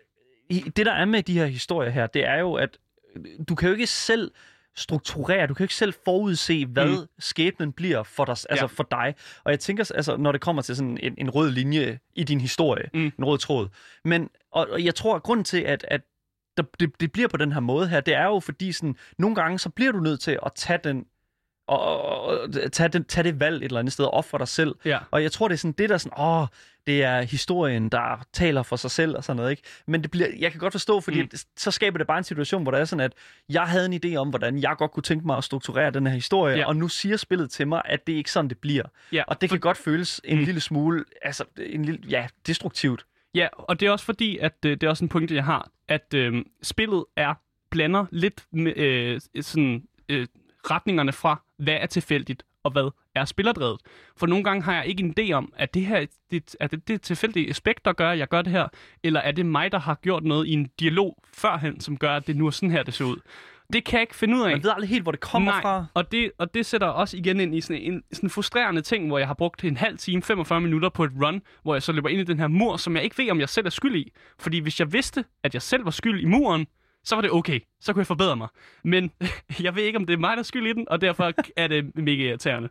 det der er med de her historier her, det er jo, at du kan jo ikke selv strukturere, du kan jo ikke selv forudse, hvad skæbnen bliver for dig, altså for dig. Og jeg tænker, altså, når det kommer til sådan en rød linje i din historie, en rød tråd. Men, og jeg tror, at grunden til, at det bliver på den her måde her, det er jo fordi, sådan, nogle gange, så bliver du nødt til at tage den og tage det valg et eller andet sted og ofre dig selv. Ja. Og jeg tror, det er sådan det der sådan, det er historien, der taler for sig selv og sådan noget, ikke? Men det bliver, jeg kan godt forstå, fordi så skaber det bare en situation, hvor der er sådan, at jeg havde en idé om, hvordan jeg godt kunne tænke mig at strukturere den her historie, og nu siger spillet til mig, at det ikke sådan, det bliver. Ja. Og det kan godt føles en lille smule, altså destruktivt. Ja, og det er også fordi, at det er også en pointe, jeg har, at spillet blander lidt med retningerne fra, hvad er tilfældigt, og hvad er spillerdrevet. For nogle gange har jeg ikke en idé om, at det her er det tilfældige aspekt, der gør, at jeg gør det her, eller er det mig, der har gjort noget i en dialog førhen, som gør, at det nu er sådan her, det ser ud. Det kan jeg ikke finde ud af. Man ved aldrig helt, hvor det kommer fra. Og det sætter også igen ind i sådan en frustrerende ting, hvor jeg har brugt en halv time, 45 minutter på et run, hvor jeg så løber ind i den her mur, som jeg ikke ved, om jeg selv er skyld i. Fordi hvis jeg vidste, at jeg selv var skyld i muren, så var det okay. Så kunne jeg forbedre mig. Men jeg ved ikke, om det er mig, der er skyld i den, og derfor er det mega irriterende.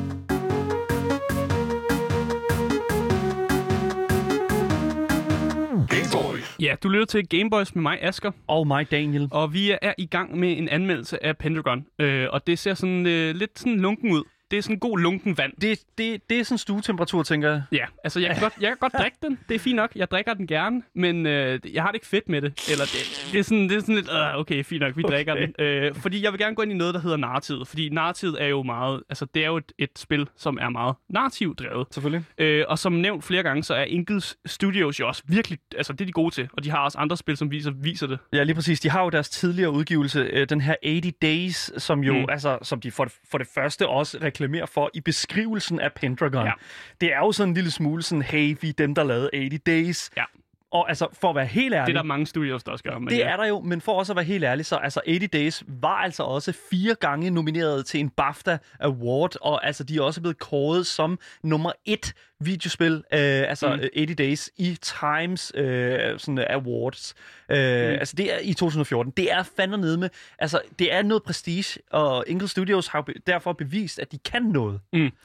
Gameboys. Ja, du lytter til Gameboys med mig, Asger. Og mig, Daniel. Og vi er i gang med en anmeldelse af Pentagon. Og det ser sådan lidt sådan lunken ud. Det er sådan en god lunken vand. Det er sådan stuetemperatur, tænker jeg. Ja, altså jeg kan godt drikke den. Det er fint nok. Jeg drikker den gerne, men jeg har det ikke fedt med det. Eller det er sådan lidt, okay, fint nok, vi drikker den. Fordi jeg vil gerne gå ind i noget, der hedder narrativet. Fordi narrativet er jo meget, altså det er jo et spil, som er meget narrativt drevet. Selvfølgelig. Og som nævnt flere gange, så er Ingalls Studios jo også virkelig, altså det er de gode til. Og de har også andre spil, som viser det. Ja, lige præcis. De har jo deres tidligere udgivelse, den her 80 Days, som jo, altså, som de for det første også reklamerer for i beskrivelsen af Pentagon. Ja. Det er jo sådan en lille smule sådan, hey, vi er dem, der lavede 80 Days. Ja. Og altså, for at være helt ærlig... Det er der mange studios, der også gør. Det er der jo, men for også at være helt ærlig, så altså 80 Days var altså også 4 gange nomineret til en BAFTA Award, og altså de er også blevet kåret som nummer 1 videospil, 80 Days i Times sådan Awards. Altså det er i 2014. Det er fandme nede med, altså det er noget prestige, og Ingalls Studios har derfor bevist, at de kan noget.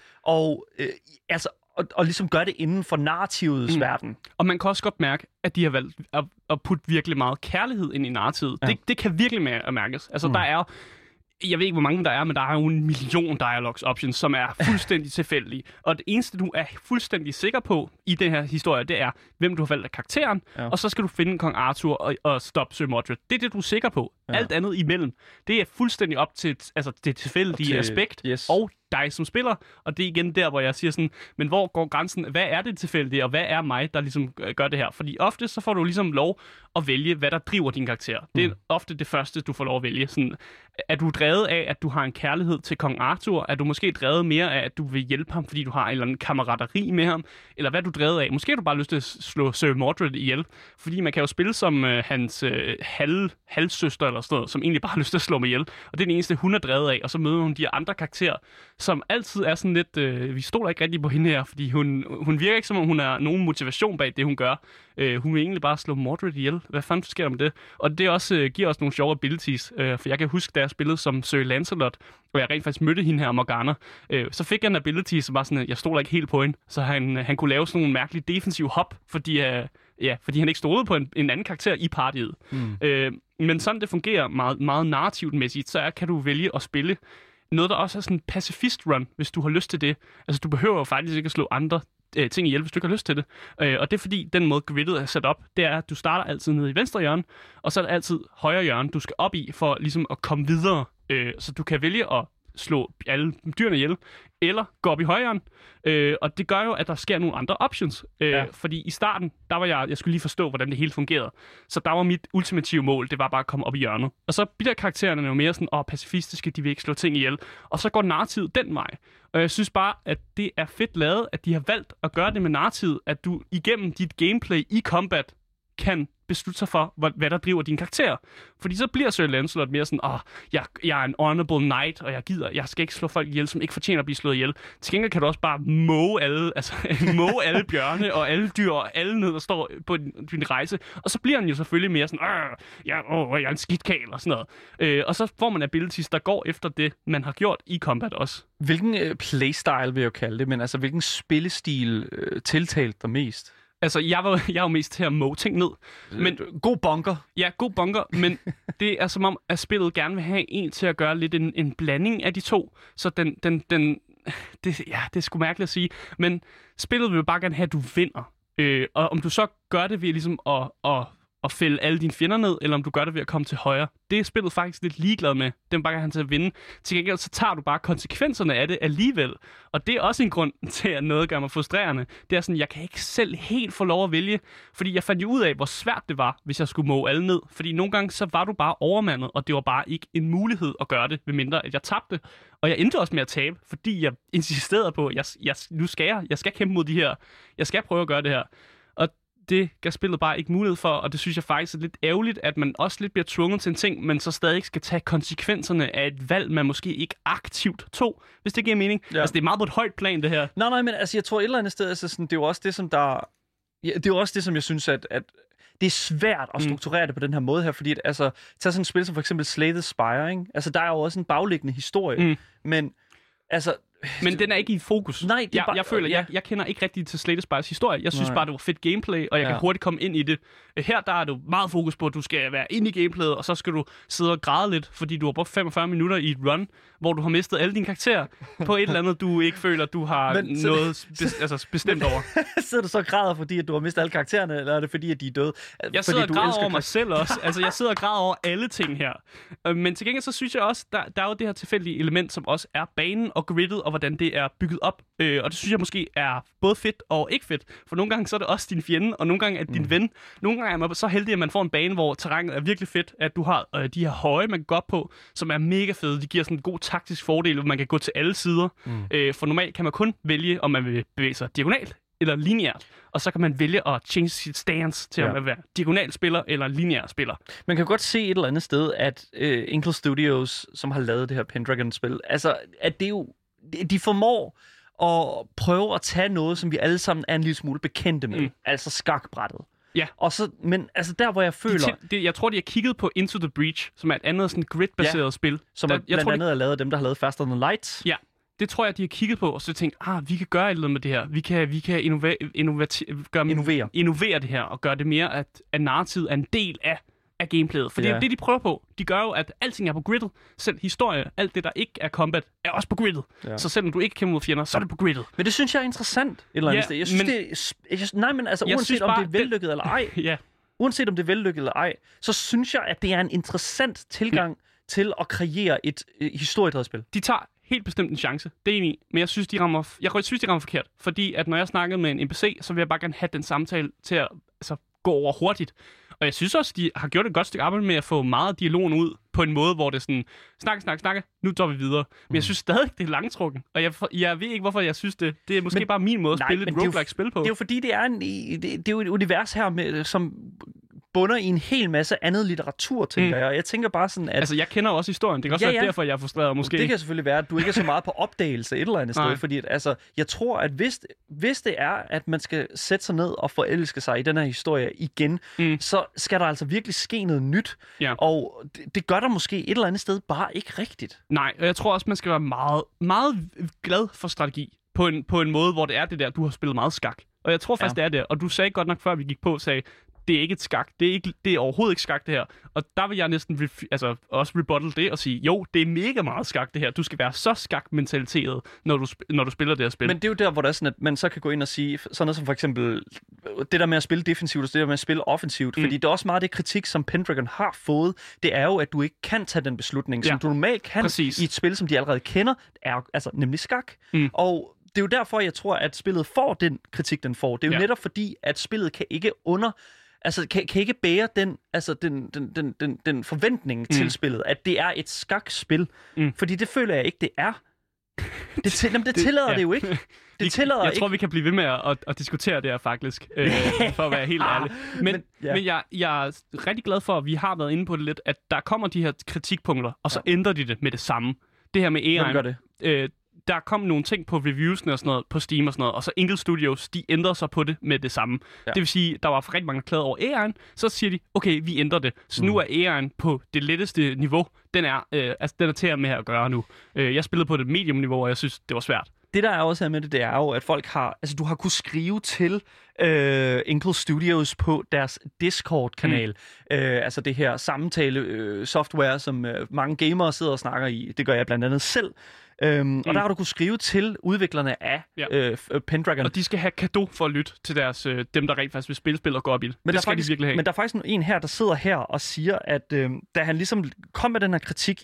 Og altså og ligesom gør det inden for narrativets verden. Og man kan også godt mærke, at de har valgt at putte virkelig meget kærlighed ind i narrativet. Ja. Det kan virkelig mærkes. Altså, der er... Jeg ved ikke, hvor mange der er, men der er jo 1 million dialogues options, som er fuldstændig tilfældige. Og det eneste, du er fuldstændig sikker på i den her historie, det er, hvem du har valgt af karakteren, og så skal du finde Kong Arthur og stoppe Sir Mordred. Det er det, du er sikker på. Ja. Alt andet imellem, det er fuldstændig op til det tilfældige aspekt, og dig som spiller. Og det er igen der, hvor jeg siger sådan, men hvor går grænsen? Hvad er det tilfældige, og hvad er mig, der ligesom gør det her? Fordi ofte så får du ligesom lov at vælge, hvad der driver din karakter. Det er ofte det første, du får lov at vælge. Sådan, er du drevet af, at du har en kærlighed til Kong Arthur? Er du måske drevet mere af, at du vil hjælpe ham, fordi du har en eller anden kammerateri med ham? Eller hvad er du drevet af? Måske har du bare lyst til at slå Sir Mordred ihjel. Fordi man kan jo spille som hans halvsøster eller sådan noget, som egentlig bare har lyst til at slå mig ihjel. Og det er den eneste, hun er drevet af. Og så møder hun de andre karakterer, som altid er sådan lidt... vi stoler ikke rigtig på hende her, fordi hun virker ikke, som om hun har nogen motivation bag det, hun gør. Hun vil egentlig bare slå Mordred ihjel. Hvad fanden sker der med det? Og det også, giver også nogle sjove abilities. For jeg kan huske, da jeg spillede som Sir Lancelot, og jeg rent faktisk mødte hende her, Morgana, så fik jeg en ability, som var sådan, at jeg stoler ikke helt på hende. Så han kunne lave sådan nogle mærkelige defensive hop, fordi han ikke stolede på en anden karakter i partiet. Men sådan det fungerer meget, meget narrativt-mæssigt, så kan du vælge at spille noget, der også er sådan en pacifist-run, hvis du har lyst til det. Altså, du behøver jo faktisk ikke at slå andre ting ihjel, hvis du ikke har lyst til det. Og det er fordi, den måde griddet er sat op, det er, at du starter altid nede i venstre hjørne, og så er det altid højre hjørne, du skal op i, for ligesom at komme videre. Så du kan vælge at slå alle dyrene ihjel, eller gå op i højre. Og det gør jo, at der sker nogle andre options. Fordi i starten, der var jeg skulle lige forstå, hvordan det hele fungerede. Så der var mit ultimative mål, det var bare at komme op i hjørnet. Og så bliver karaktererne jo mere sådan, pacifistiske, de vil ikke slå ting ihjel. Og så går narrativet den vej. Og jeg synes bare, at det er fedt lavet, at de har valgt at gøre det med narrativet, at du igennem dit gameplay i combat kan beslutte sig for, hvad der driver dine karakterer. Fordi så bliver Sir Lancelot mere sådan, jeg er en honorable knight, og jeg skal ikke slå folk ihjel, som ikke fortjener at blive slået ihjel. Til gengæld kan du også bare måge alle bjørne og alle dyr og alle ned, der står på din rejse. Og så bliver han jo selvfølgelig mere sådan, jeg er en skidtkal og sådan noget. Og så får man abilities, der går efter det, man har gjort i combat også. Hvilken playstyle vil jeg jo kalde det, men altså hvilken spillestil tiltalte dig mest? Altså, jeg er jo mest til at måge ting ned. Men, god bunker. Ja, god bunker, men det er som om, at spillet gerne vil have en til at gøre lidt en blanding af de to. Så det er sgu mærkeligt at sige. Men spillet vil jo bare gerne have, at du vinder. Og om du så gør det ved ligesom at fælde alle dine fjender ned, eller om du gør det ved at komme til højre. Det er spillet faktisk lidt ligeglad med. Den bare han til at vinde. Til gengæld så tager du bare konsekvenserne af det alligevel. Og det er også en grund til, at noget gør mig frustrerende. Det er sådan, jeg kan ikke selv helt få lov at vælge, fordi jeg fandt jo ud af, hvor svært det var, hvis jeg skulle måge alle ned. Fordi nogle gange så var du bare overmandet, og det var bare ikke en mulighed at gøre det, medmindre at jeg tabte. Og jeg endte også med at tabe, fordi jeg insisterede på, at jeg skal kæmpe mod de her. Jeg skal prøve at gøre det her. Og det gav spillet bare ikke mulighed for, og det synes jeg faktisk er lidt ærgerligt, at man også lidt bliver tvunget til en ting, men så stadig skal tage konsekvenserne af et valg, man måske ikke aktivt tog, hvis det giver mening. Ja. Altså, det er meget på et højt plan, det her. Nej, men altså, jeg tror et eller andet sted, altså, sådan, det er jo også det, som der... Ja, det er jo også det, som jeg synes, at det er svært at strukturere det på den her måde her, fordi at, altså, tag sådan et spil som for eksempel Slay the Spire, ikke? Altså, der er jo også en bagliggende historie, men altså... Men den er ikke i fokus. Nej, jeg føler, jeg kender ikke rigtig til Slay the Spires historie. Jeg synes bare, det var fedt gameplay, og jeg kan hurtigt komme ind i det. Her der er du meget fokus på, at du skal være inde i gameplayet, og så skal du sidde og græde lidt, fordi du har brugt 45 minutter i et run, hvor du har mistet alle dine karakterer på et eller andet, du ikke føler, du har noget bestemt over. Sidder du så og græder, fordi at du har mistet alle karaktererne, eller er det fordi, at de er døde? Jeg sidder og græder over mig selv også. Altså, jeg sidder og græder over alle ting her. Men til gengæld så synes jeg også, der er jo det her tilfældige element, som også er banen og gridet, og hvordan det er bygget op. Og det synes jeg måske er både fedt og ikke fedt. For nogle gange så er det også din fjende, og nogle gange er det din ven. Nogle gange er man så heldig, at man får en bane, hvor terrænet er virkelig fedt, at du har de her høje, man kan gå op på, som er mega fede. De giver sådan en god taktisk fordel, hvor man kan gå til alle sider. For normalt kan man kun vælge, om man vil bevæge sig diagonalt eller lineært. Og så kan man vælge at change sit stance til at være diagonal spiller eller lineær spiller. Man kan godt se et eller andet sted, at Inkle Studios, som har lavet det her Pendragon-spil, altså, at det er jo de formår at prøve at tage noget, som vi alle sammen er en lille smule bekendte med. Altså skakbrættet. Ja. Og så, men altså der, hvor jeg føler... Jeg tror, de har kigget på Into the Breach, som er et andet sådan grid-baseret spil. Som blandt andet er lavet af dem, der har lavet Faster Than Light. Ja. Det tror jeg, de har kigget på, og så tænkt, vi kan gøre et eller andet med det her. Vi kan innovere det her, og gøre det mere, at narrativet er en del af gameplayet. For det er jo det, de prøver på. De gør jo, at alting er på gridet. Selv historie, alt det, der ikke er combat, er også på gridet. Ja. Så selvom du ikke kæmper mod fjender, så er det på gridet. Men det synes jeg er interessant et eller andet sted. Jeg synes, uanset om det er vellykket eller ej, uanset om det er vellykket eller ej, så synes jeg, at det er en interessant tilgang til at kreere et historiedrevet spil. De tager helt bestemt en chance. Det er enig. Men jeg synes, de rammer forkert. Fordi at når jeg snakkede med en NPC, så vil jeg bare gerne have den samtale til at gå over hurtigt. Og jeg synes også, de har gjort et godt stykke arbejde med at få meget dialogen ud på en måde, hvor det er sådan, snakke, nu tager vi videre. Men jeg synes stadig, det er langtrukken. Og jeg ved ikke, hvorfor jeg synes det. Det er måske bare min måde at spille et roguelike-spil på. Det er jo fordi, det er jo et univers her, som bunder i en hel masse andet litteratur, tænker jeg. Og jeg tænker bare sådan, at... Altså, jeg kender også historien. Det kan også være derfor, jeg er frustreret, måske. Det kan selvfølgelig være, at du ikke er så meget på opdagelse et eller andet sted. Fordi jeg tror, at hvis det er, at man skal sætte sig ned og forelske sig i den her historie igen, så skal der altså virkelig ske noget nyt. Ja. Og det gør der måske et eller andet sted bare ikke rigtigt. Nej, og jeg tror også, man skal være meget, meget glad for strategi. På en måde, hvor det er det der, du har spillet meget skak. Og jeg tror faktisk, det er det. Og du sagde godt nok, før vi gik på, det er ikke et skak. Det er overhovedet ikke skak, det her. Og der vil jeg næsten også rebuttal det og sige, jo, det er mega meget skak, det her. Du skal være så skak-mentaliteret, når du spiller det her spil. Men det er jo der, hvor der er sådan, at man så kan gå ind og sige, sådan noget som for eksempel, det der med at spille defensivt, og det der med at spille offensivt. Fordi det er også meget det kritik, som Pendragon har fået. Det er jo, at du ikke kan tage den beslutning, som du normalt kan i et spil, som de allerede kender, er nemlig skak. Og det er jo derfor, jeg tror, at spillet får den kritik, den får. Det er jo netop fordi, at spillet kan ikke kan ikke bære den forventning til spillet, at det er et skakspil. Fordi det føler jeg ikke, det er. Det tillader det jo ikke. Det tillader jeg ikke. tror, vi kan blive ved med at diskutere det her, faktisk. For at være helt ærlig. Men jeg er rigtig glad for, at vi har været inde på det lidt, at der kommer de her kritikpunkter, og så ændrer de det med det samme. Det her med AI'en. Hvem gør det? Der kom nogle ting på reviewsene og sådan noget, på Steam og sådan noget, og så Inkle Studios, de ændrede sig på det med det samme. Ja. Det vil sige, der var rigtig mange, der klagede over AI'en, så siger de, okay, vi ændrer det. Så nu er AI'en på det letteste niveau. Den er til at med at gøre nu. Jeg spillede på det medium-niveau, og jeg synes, det var svært. Det, der er også her med det, det er jo, at folk har... Altså, du har kunnet skrive til Inkle Studios på deres Discord-kanal. Altså det her samtale-software, som mange gamere sidder og snakker i. Det gør jeg blandt andet selv. Og der har du kunne skrive til udviklerne af Pendragon. Og de skal have cadeau for at lytte til deres, dem, der rent faktisk vil spille og gå op i det. Men det skal faktisk, de virkelig have. Men der er faktisk en her, der sidder her og siger, at da han ligesom kom med den her kritik,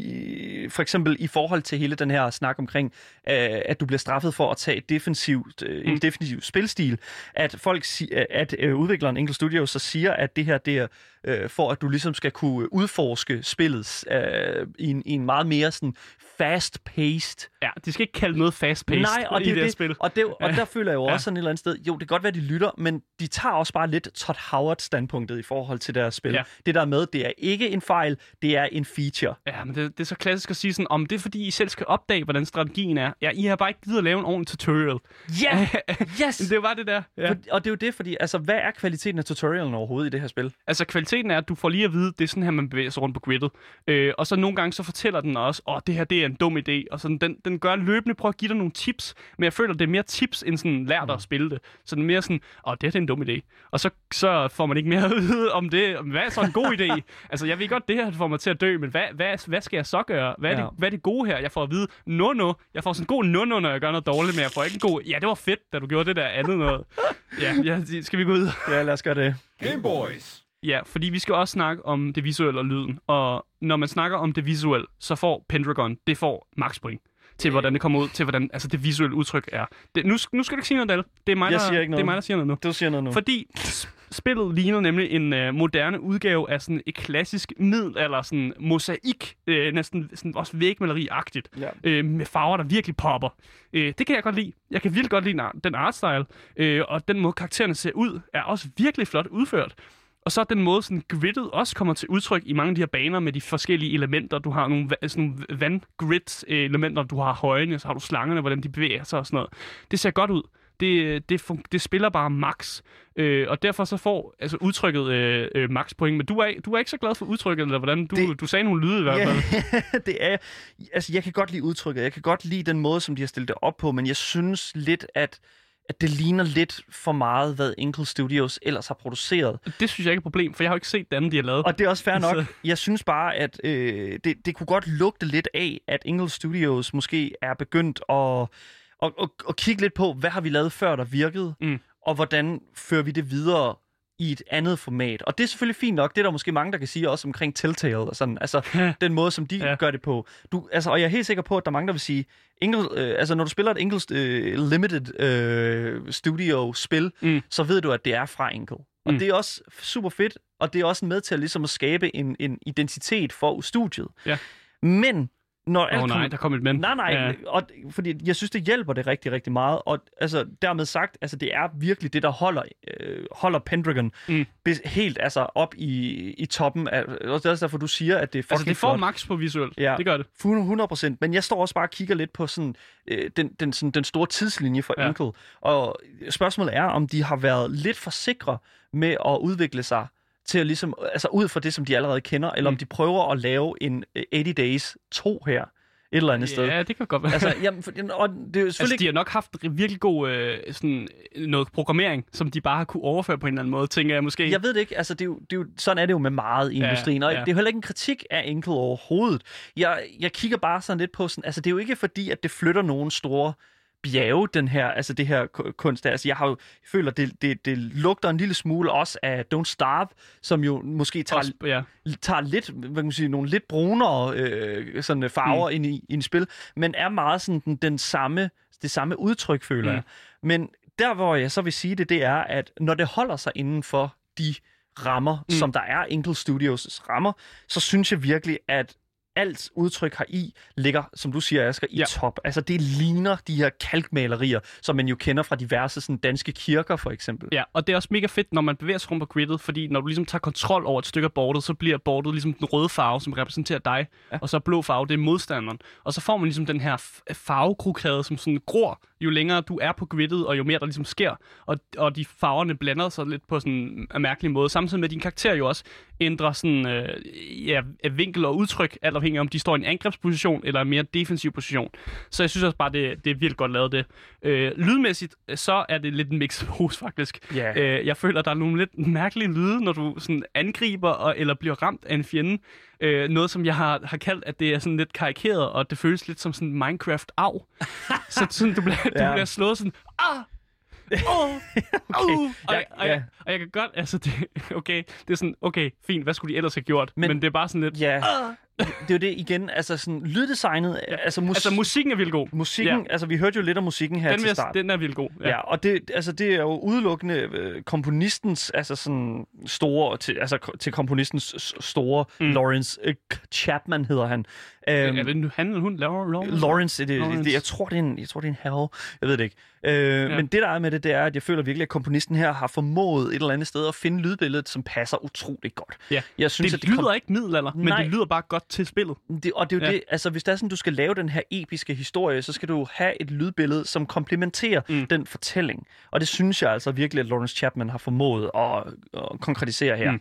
for eksempel i forhold til hele den her snak omkring, at du bliver straffet for at tage en defensiv spilstil, at folk at udvikleren Inkle Studios så siger, at det her det er for at du ligesom skal kunne udforske spillet i en meget mere sådan fast-paced. Ja, de skal ikke kalde noget fast-paced i det spil. Og der føler jeg jo også sådan et eller andet sted, jo, det kan godt være, de lytter, men de tager også bare lidt Todd Howard-standpunktet i forhold til deres spil. Ja. Det der med, det er ikke en fejl, det er en feature. Ja, men det er så klassisk at sige sådan, om det er fordi, I selv skal opdage, hvordan strategien er. Ja, I har bare ikke givet at lave en ordentlig tutorial. Ja! Yes! Det er jo bare det der. Ja. Og det er jo det, fordi, altså, hvad er kvaliteten af tutorialen overhovedet i det her spil? Altså, kvaliteten er, at du får lige at vide, det er sådan her, man bevæger sig rundt på gridet. Og så nogle gange, så fortæller den også, det her, det er en dum idé. Og sådan, den gør løbende, prøver at give dig nogle tips, men jeg føler, det er mere tips, end sådan, lær dig at spille det. Så det er mere sådan, det er en dum idé. Og så får man ikke mere at vide om det. Hvad er så en god idé? Altså, jeg ved godt, det her får mig til at dø, men hvad skal jeg så gøre? Hvad er det gode her? Jeg får at vide, no. Jeg får sådan en god no, når jeg gør noget dårligt, men jeg får ikke en god, det var fedt, da du gjorde det der andet noget. Ja, skal vi gå ud? Ja, lad os gøre det. Game Boys. Ja, fordi vi skal også snakke om det visuelle og lyden. Og når man snakker om det visuelle, så får Pendragon, det får max point til, hvordan det kommer ud, til hvordan det visuelle udtryk er. Nu skal du ikke sige noget, Dalle. Det er mig, der siger noget nu. Du siger noget nu. Fordi spillet ligner nemlig en moderne udgave af sådan et klassisk middelalder, sådan mosaik, næsten sådan også vægmaleri-agtigt, med farver, der virkelig popper. Det kan jeg godt lide. Jeg kan virkelig godt lide den artstyle, og den måde karaktererne ser ud, er også virkelig flot udført. Og så den måde, sådan gridet også kommer til udtryk i mange af de her baner med de forskellige elementer. Du har nogle vandgrid-elementer, du har højene, så har du slangerne, hvordan de bevæger sig og sådan noget. Det ser godt ud. Det spiller bare max. Og derfor så får udtrykket max point. Men du er ikke så glad for udtrykket, eller hvordan? Du sagde nogle lyde i hvert fald. Det er... Altså, jeg kan godt lide udtrykket. Jeg kan godt lide den måde, som de har stillet det op på, men jeg synes lidt, at det ligner lidt for meget, hvad Inkle Studios ellers har produceret. Det synes jeg ikke er et problem, for jeg har jo ikke set det andet, de har lavet. Og det er også fair nok. Jeg synes bare, at det kunne godt lugte lidt af, at Inkle Studios måske er begyndt at kigge lidt på, hvad har vi lavet før, der virkede, og hvordan fører vi det videre i et andet format. Og det er selvfølgelig fint nok. Det er der måske mange, der kan sige også omkring Telltale og sådan. Altså, den måde, som de gør det på. Og jeg er helt sikker på, at der er mange, der vil sige, når du spiller et Inkle Limited Studio-spil, så ved du, at det er fra Inkle. Og det er også super fedt, og det er også med til at, ligesom at skabe en identitet for studiet. Ja. Men der kom et men. Nej, fordi jeg synes, det hjælper det rigtig, rigtig meget. Og altså, dermed sagt, altså, det er virkelig det, der holder Pendragon helt op i toppen. Og det er også derfor, du siger, at det er fucking det får max på visuelt. Ja, det gør det. 100%. Men jeg står også bare og kigger lidt på sådan, den store tidslinje for Inkle. Og spørgsmålet er, om de har været lidt for sikre med at udvikle sig til at ligesom, altså ud fra det, som de allerede kender, eller om de prøver at lave en 80 Days 2 her, et eller andet sted. Ja, det kan godt være. Altså, og det er selvfølgelig de har nok haft virkelig god sådan noget programmering, som de bare har kunne overføre på en eller anden måde, tænker jeg måske. Jeg ved det ikke, altså det er jo, sådan er det jo med meget i industrien, og det er heller ikke en kritik af Inkle overhovedet. Jeg kigger bare sådan lidt på sådan, altså det er jo ikke fordi, at det flytter nogen store bjerge, det her kunst. Altså, jeg føler, det lugter en lille smule også af Don't Starve, som jo måske tager lidt, hvad kan man sige, nogle lidt brunere sådan farver ind i en spil, men er meget sådan det samme udtryk, føler jeg. Men der, hvor jeg så vil sige det er, at når det holder sig inden for de rammer, som der er Inkle Studios' rammer, så synes jeg virkelig, at alt udtryk heri ligger, som du siger, Asger, i top. Altså, det ligner de her kalkmalerier, som man jo kender fra diverse sådan, danske kirker, for eksempel. Ja, og det er også mega fedt, når man bevæger sig rundt på griddet, fordi når du ligesom tager kontrol over et stykke af bordet, så bliver bordet ligesom den røde farve, som repræsenterer dig, og så blå farve, det er modstanderen. Og så får man ligesom den her farvekrokade, som sådan gror, jo længere du er på griddet, og jo mere der ligesom sker. Og de farverne blander sig lidt på sådan en mærkelig måde, samtidig med, at din karakter jo også ændrer sådan, vinkel og udtryk, alt afhængig om de står i en angrebsposition eller en mere defensiv position. Så jeg synes også bare, det er virkelig godt lavet det. Lydmæssigt, så er det lidt en mix hos faktisk. Yeah. Jeg føler, der er nogle lidt mærkelige lyde, når du sådan angriber eller bliver ramt af en fjende. Noget, som jeg har kaldt, at det er sådan lidt karikeret, og det føles lidt som sådan Minecraft-av. Så sådan, du bliver slået sådan, Og jeg kan godt, altså, det er sådan, okay, fint, hvad skulle de ellers have gjort? Men det er bare sådan lidt, det er jo det igen, altså sådan, lyddesignet, altså musikken er vildt god. Musikken, altså vi hørte jo lidt om musikken her til start. Den er vildt god. Ja, og det er jo udelukkende komponistens, altså sådan store, til komponistens store, Lawrence Chapman hedder han. Er det han eller hun? Lawrence, jeg tror det er en herre, jeg ved det ikke. Men det der er med det er, at jeg føler virkelig, at komponisten her har formået et eller andet sted at finde lydbilledet, som passer utroligt godt. Ja. Jeg synes, det lyder ikke middelalder, men det lyder bare godt til spillet. Det er jo det, altså hvis det er sådan, du skal lave den her episke historie, så skal du have et lydbillede, som komplementerer den fortælling. Og det synes jeg altså virkelig, at Lawrence Chapman har formået at konkretisere her.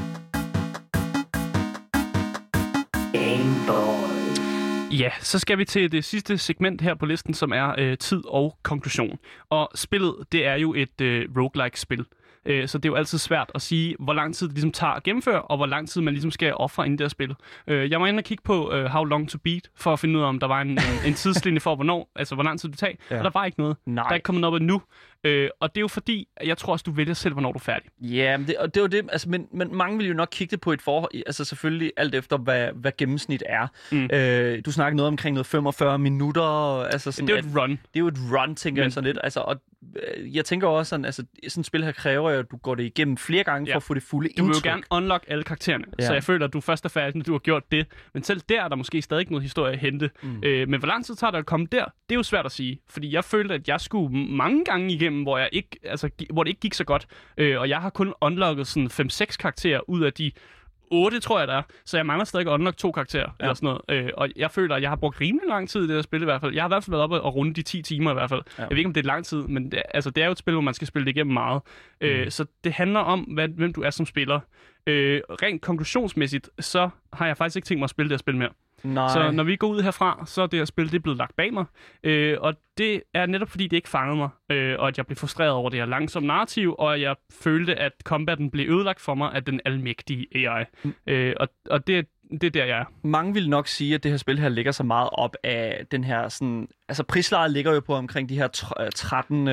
Ja, så skal vi til det sidste segment her på listen, som er tid og konklusion. Og spillet, det er jo et roguelike-spil. Så det er jo altid svært at sige, hvor lang tid det ligesom tager at gennemføre, og hvor lang tid man ligesom skal ofre inden det her spil. Jeg var inde og kigge på How Long to Beat, for at finde ud af, om der var en tidslinje for, hvor lang tid det tager. Ja. Og der var ikke noget. Nej. Der er ikke kommet noget endnu. Og det er jo fordi, jeg tror også, du vælger selv, hvornår du er færdig. Ja, men det er jo det. Altså, men mange vil jo nok kigge det på et forhold, altså selvfølgelig alt efter, hvad gennemsnit er. Du snakker noget omkring noget 45 minutter. Altså sådan, det er jo et run. Det er jo et run, tænker jeg sådan lidt. Altså, og jeg tænker også sådan, altså sådan et spil her kræver jo, at du går det igennem flere gange for at få det fulde indtryk. Du vil jo gerne unlock alle karaktererne, så jeg føler, at du først er færdig, når du har gjort det. Men selv der er der måske stadig noget historie at hente. Men hvor lang tid tager det at komme der? Det er jo svært at sige, fordi jeg følte, at jeg skulle mange gange igennem, hvor det ikke gik så godt. Og jeg har kun unlocket sådan 5-6 karakterer ud af de 8, tror jeg, der er. Så jeg mangler stadig at unlock 2 karakterer eller sådan noget. Og jeg føler, at jeg har brugt rimelig lang tid i det her spil i hvert fald. Jeg har i hvert fald været oppe og runde de 10 timer i hvert fald. Jeg ved ikke, om det er lang tid, men det er jo et spil, hvor man skal spille det igennem meget. Så det handler om, hvem du er som spiller. Rent konklusionsmæssigt, så har jeg faktisk ikke tænkt mig at spille det her spil mere. Nej. Så når vi går ud herfra, så er det her spil, det er blevet lagt bag mig. Og det er netop fordi, det ikke fangede mig, og at jeg blev frustreret over det her langsomme narrativ, og jeg følte, at combaten blev ødelagt for mig af den almægtige AI. Og det er der, jeg er. Mange vil nok sige, at det her spil her ligger så meget op af den her sådan... Altså prislejet ligger jo på omkring de her 13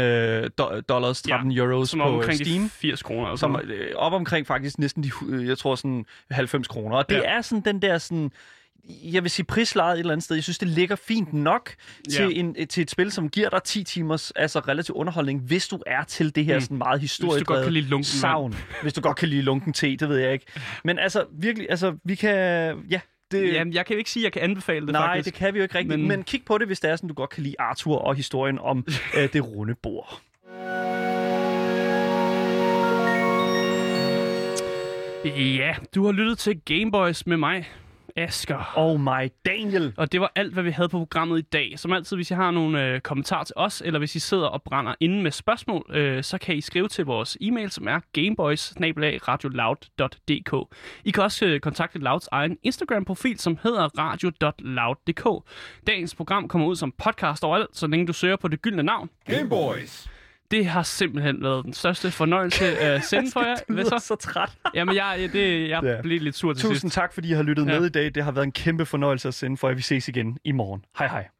euros som på omkring Steam. De 80 kroner. Som op omkring faktisk næsten de, jeg tror sådan 90 kroner. Og det er sådan den der sådan... Jeg vil sige prislejet et eller andet sted. Jeg synes, det ligger fint nok til et spil, som giver dig 10 timers altså relativ underholdning, hvis du er til det her sådan meget historiedrevet savn. Hvis du godt kan lide lunken te, det ved jeg ikke. Men altså virkelig, altså vi kan... Ja, Jamen, jeg kan jo ikke sige, at jeg kan anbefale det, faktisk. Nej, det kan vi jo ikke rigtigt. Men kig på det, hvis det er sådan, du godt kan lide Arthur og historien om det runde bord. Ja, du har lyttet til Gameboys med mig, Asger. Og mig, Daniel. Og det var alt, hvad vi havde på programmet i dag. Som altid, hvis I har nogle kommentarer til os, eller hvis I sidder og brænder inde med spørgsmål, så kan I skrive til vores e-mail, som er gameboys@radioloud.dk. I kan også kontakte Louds egen Instagram-profil, som hedder radio.loud.dk. Dagens program kommer ud som podcast overalt, så længe du søger på det gyldne navn. Gameboys. Det har simpelthen været den største fornøjelse at sende for jer. Du lyder så træt. Jamen, jeg blev lidt sur til sidst. Tusind tak, fordi I har lyttet med i dag. Det har været en kæmpe fornøjelse at sende for jer. Vi ses igen i morgen. Hej hej.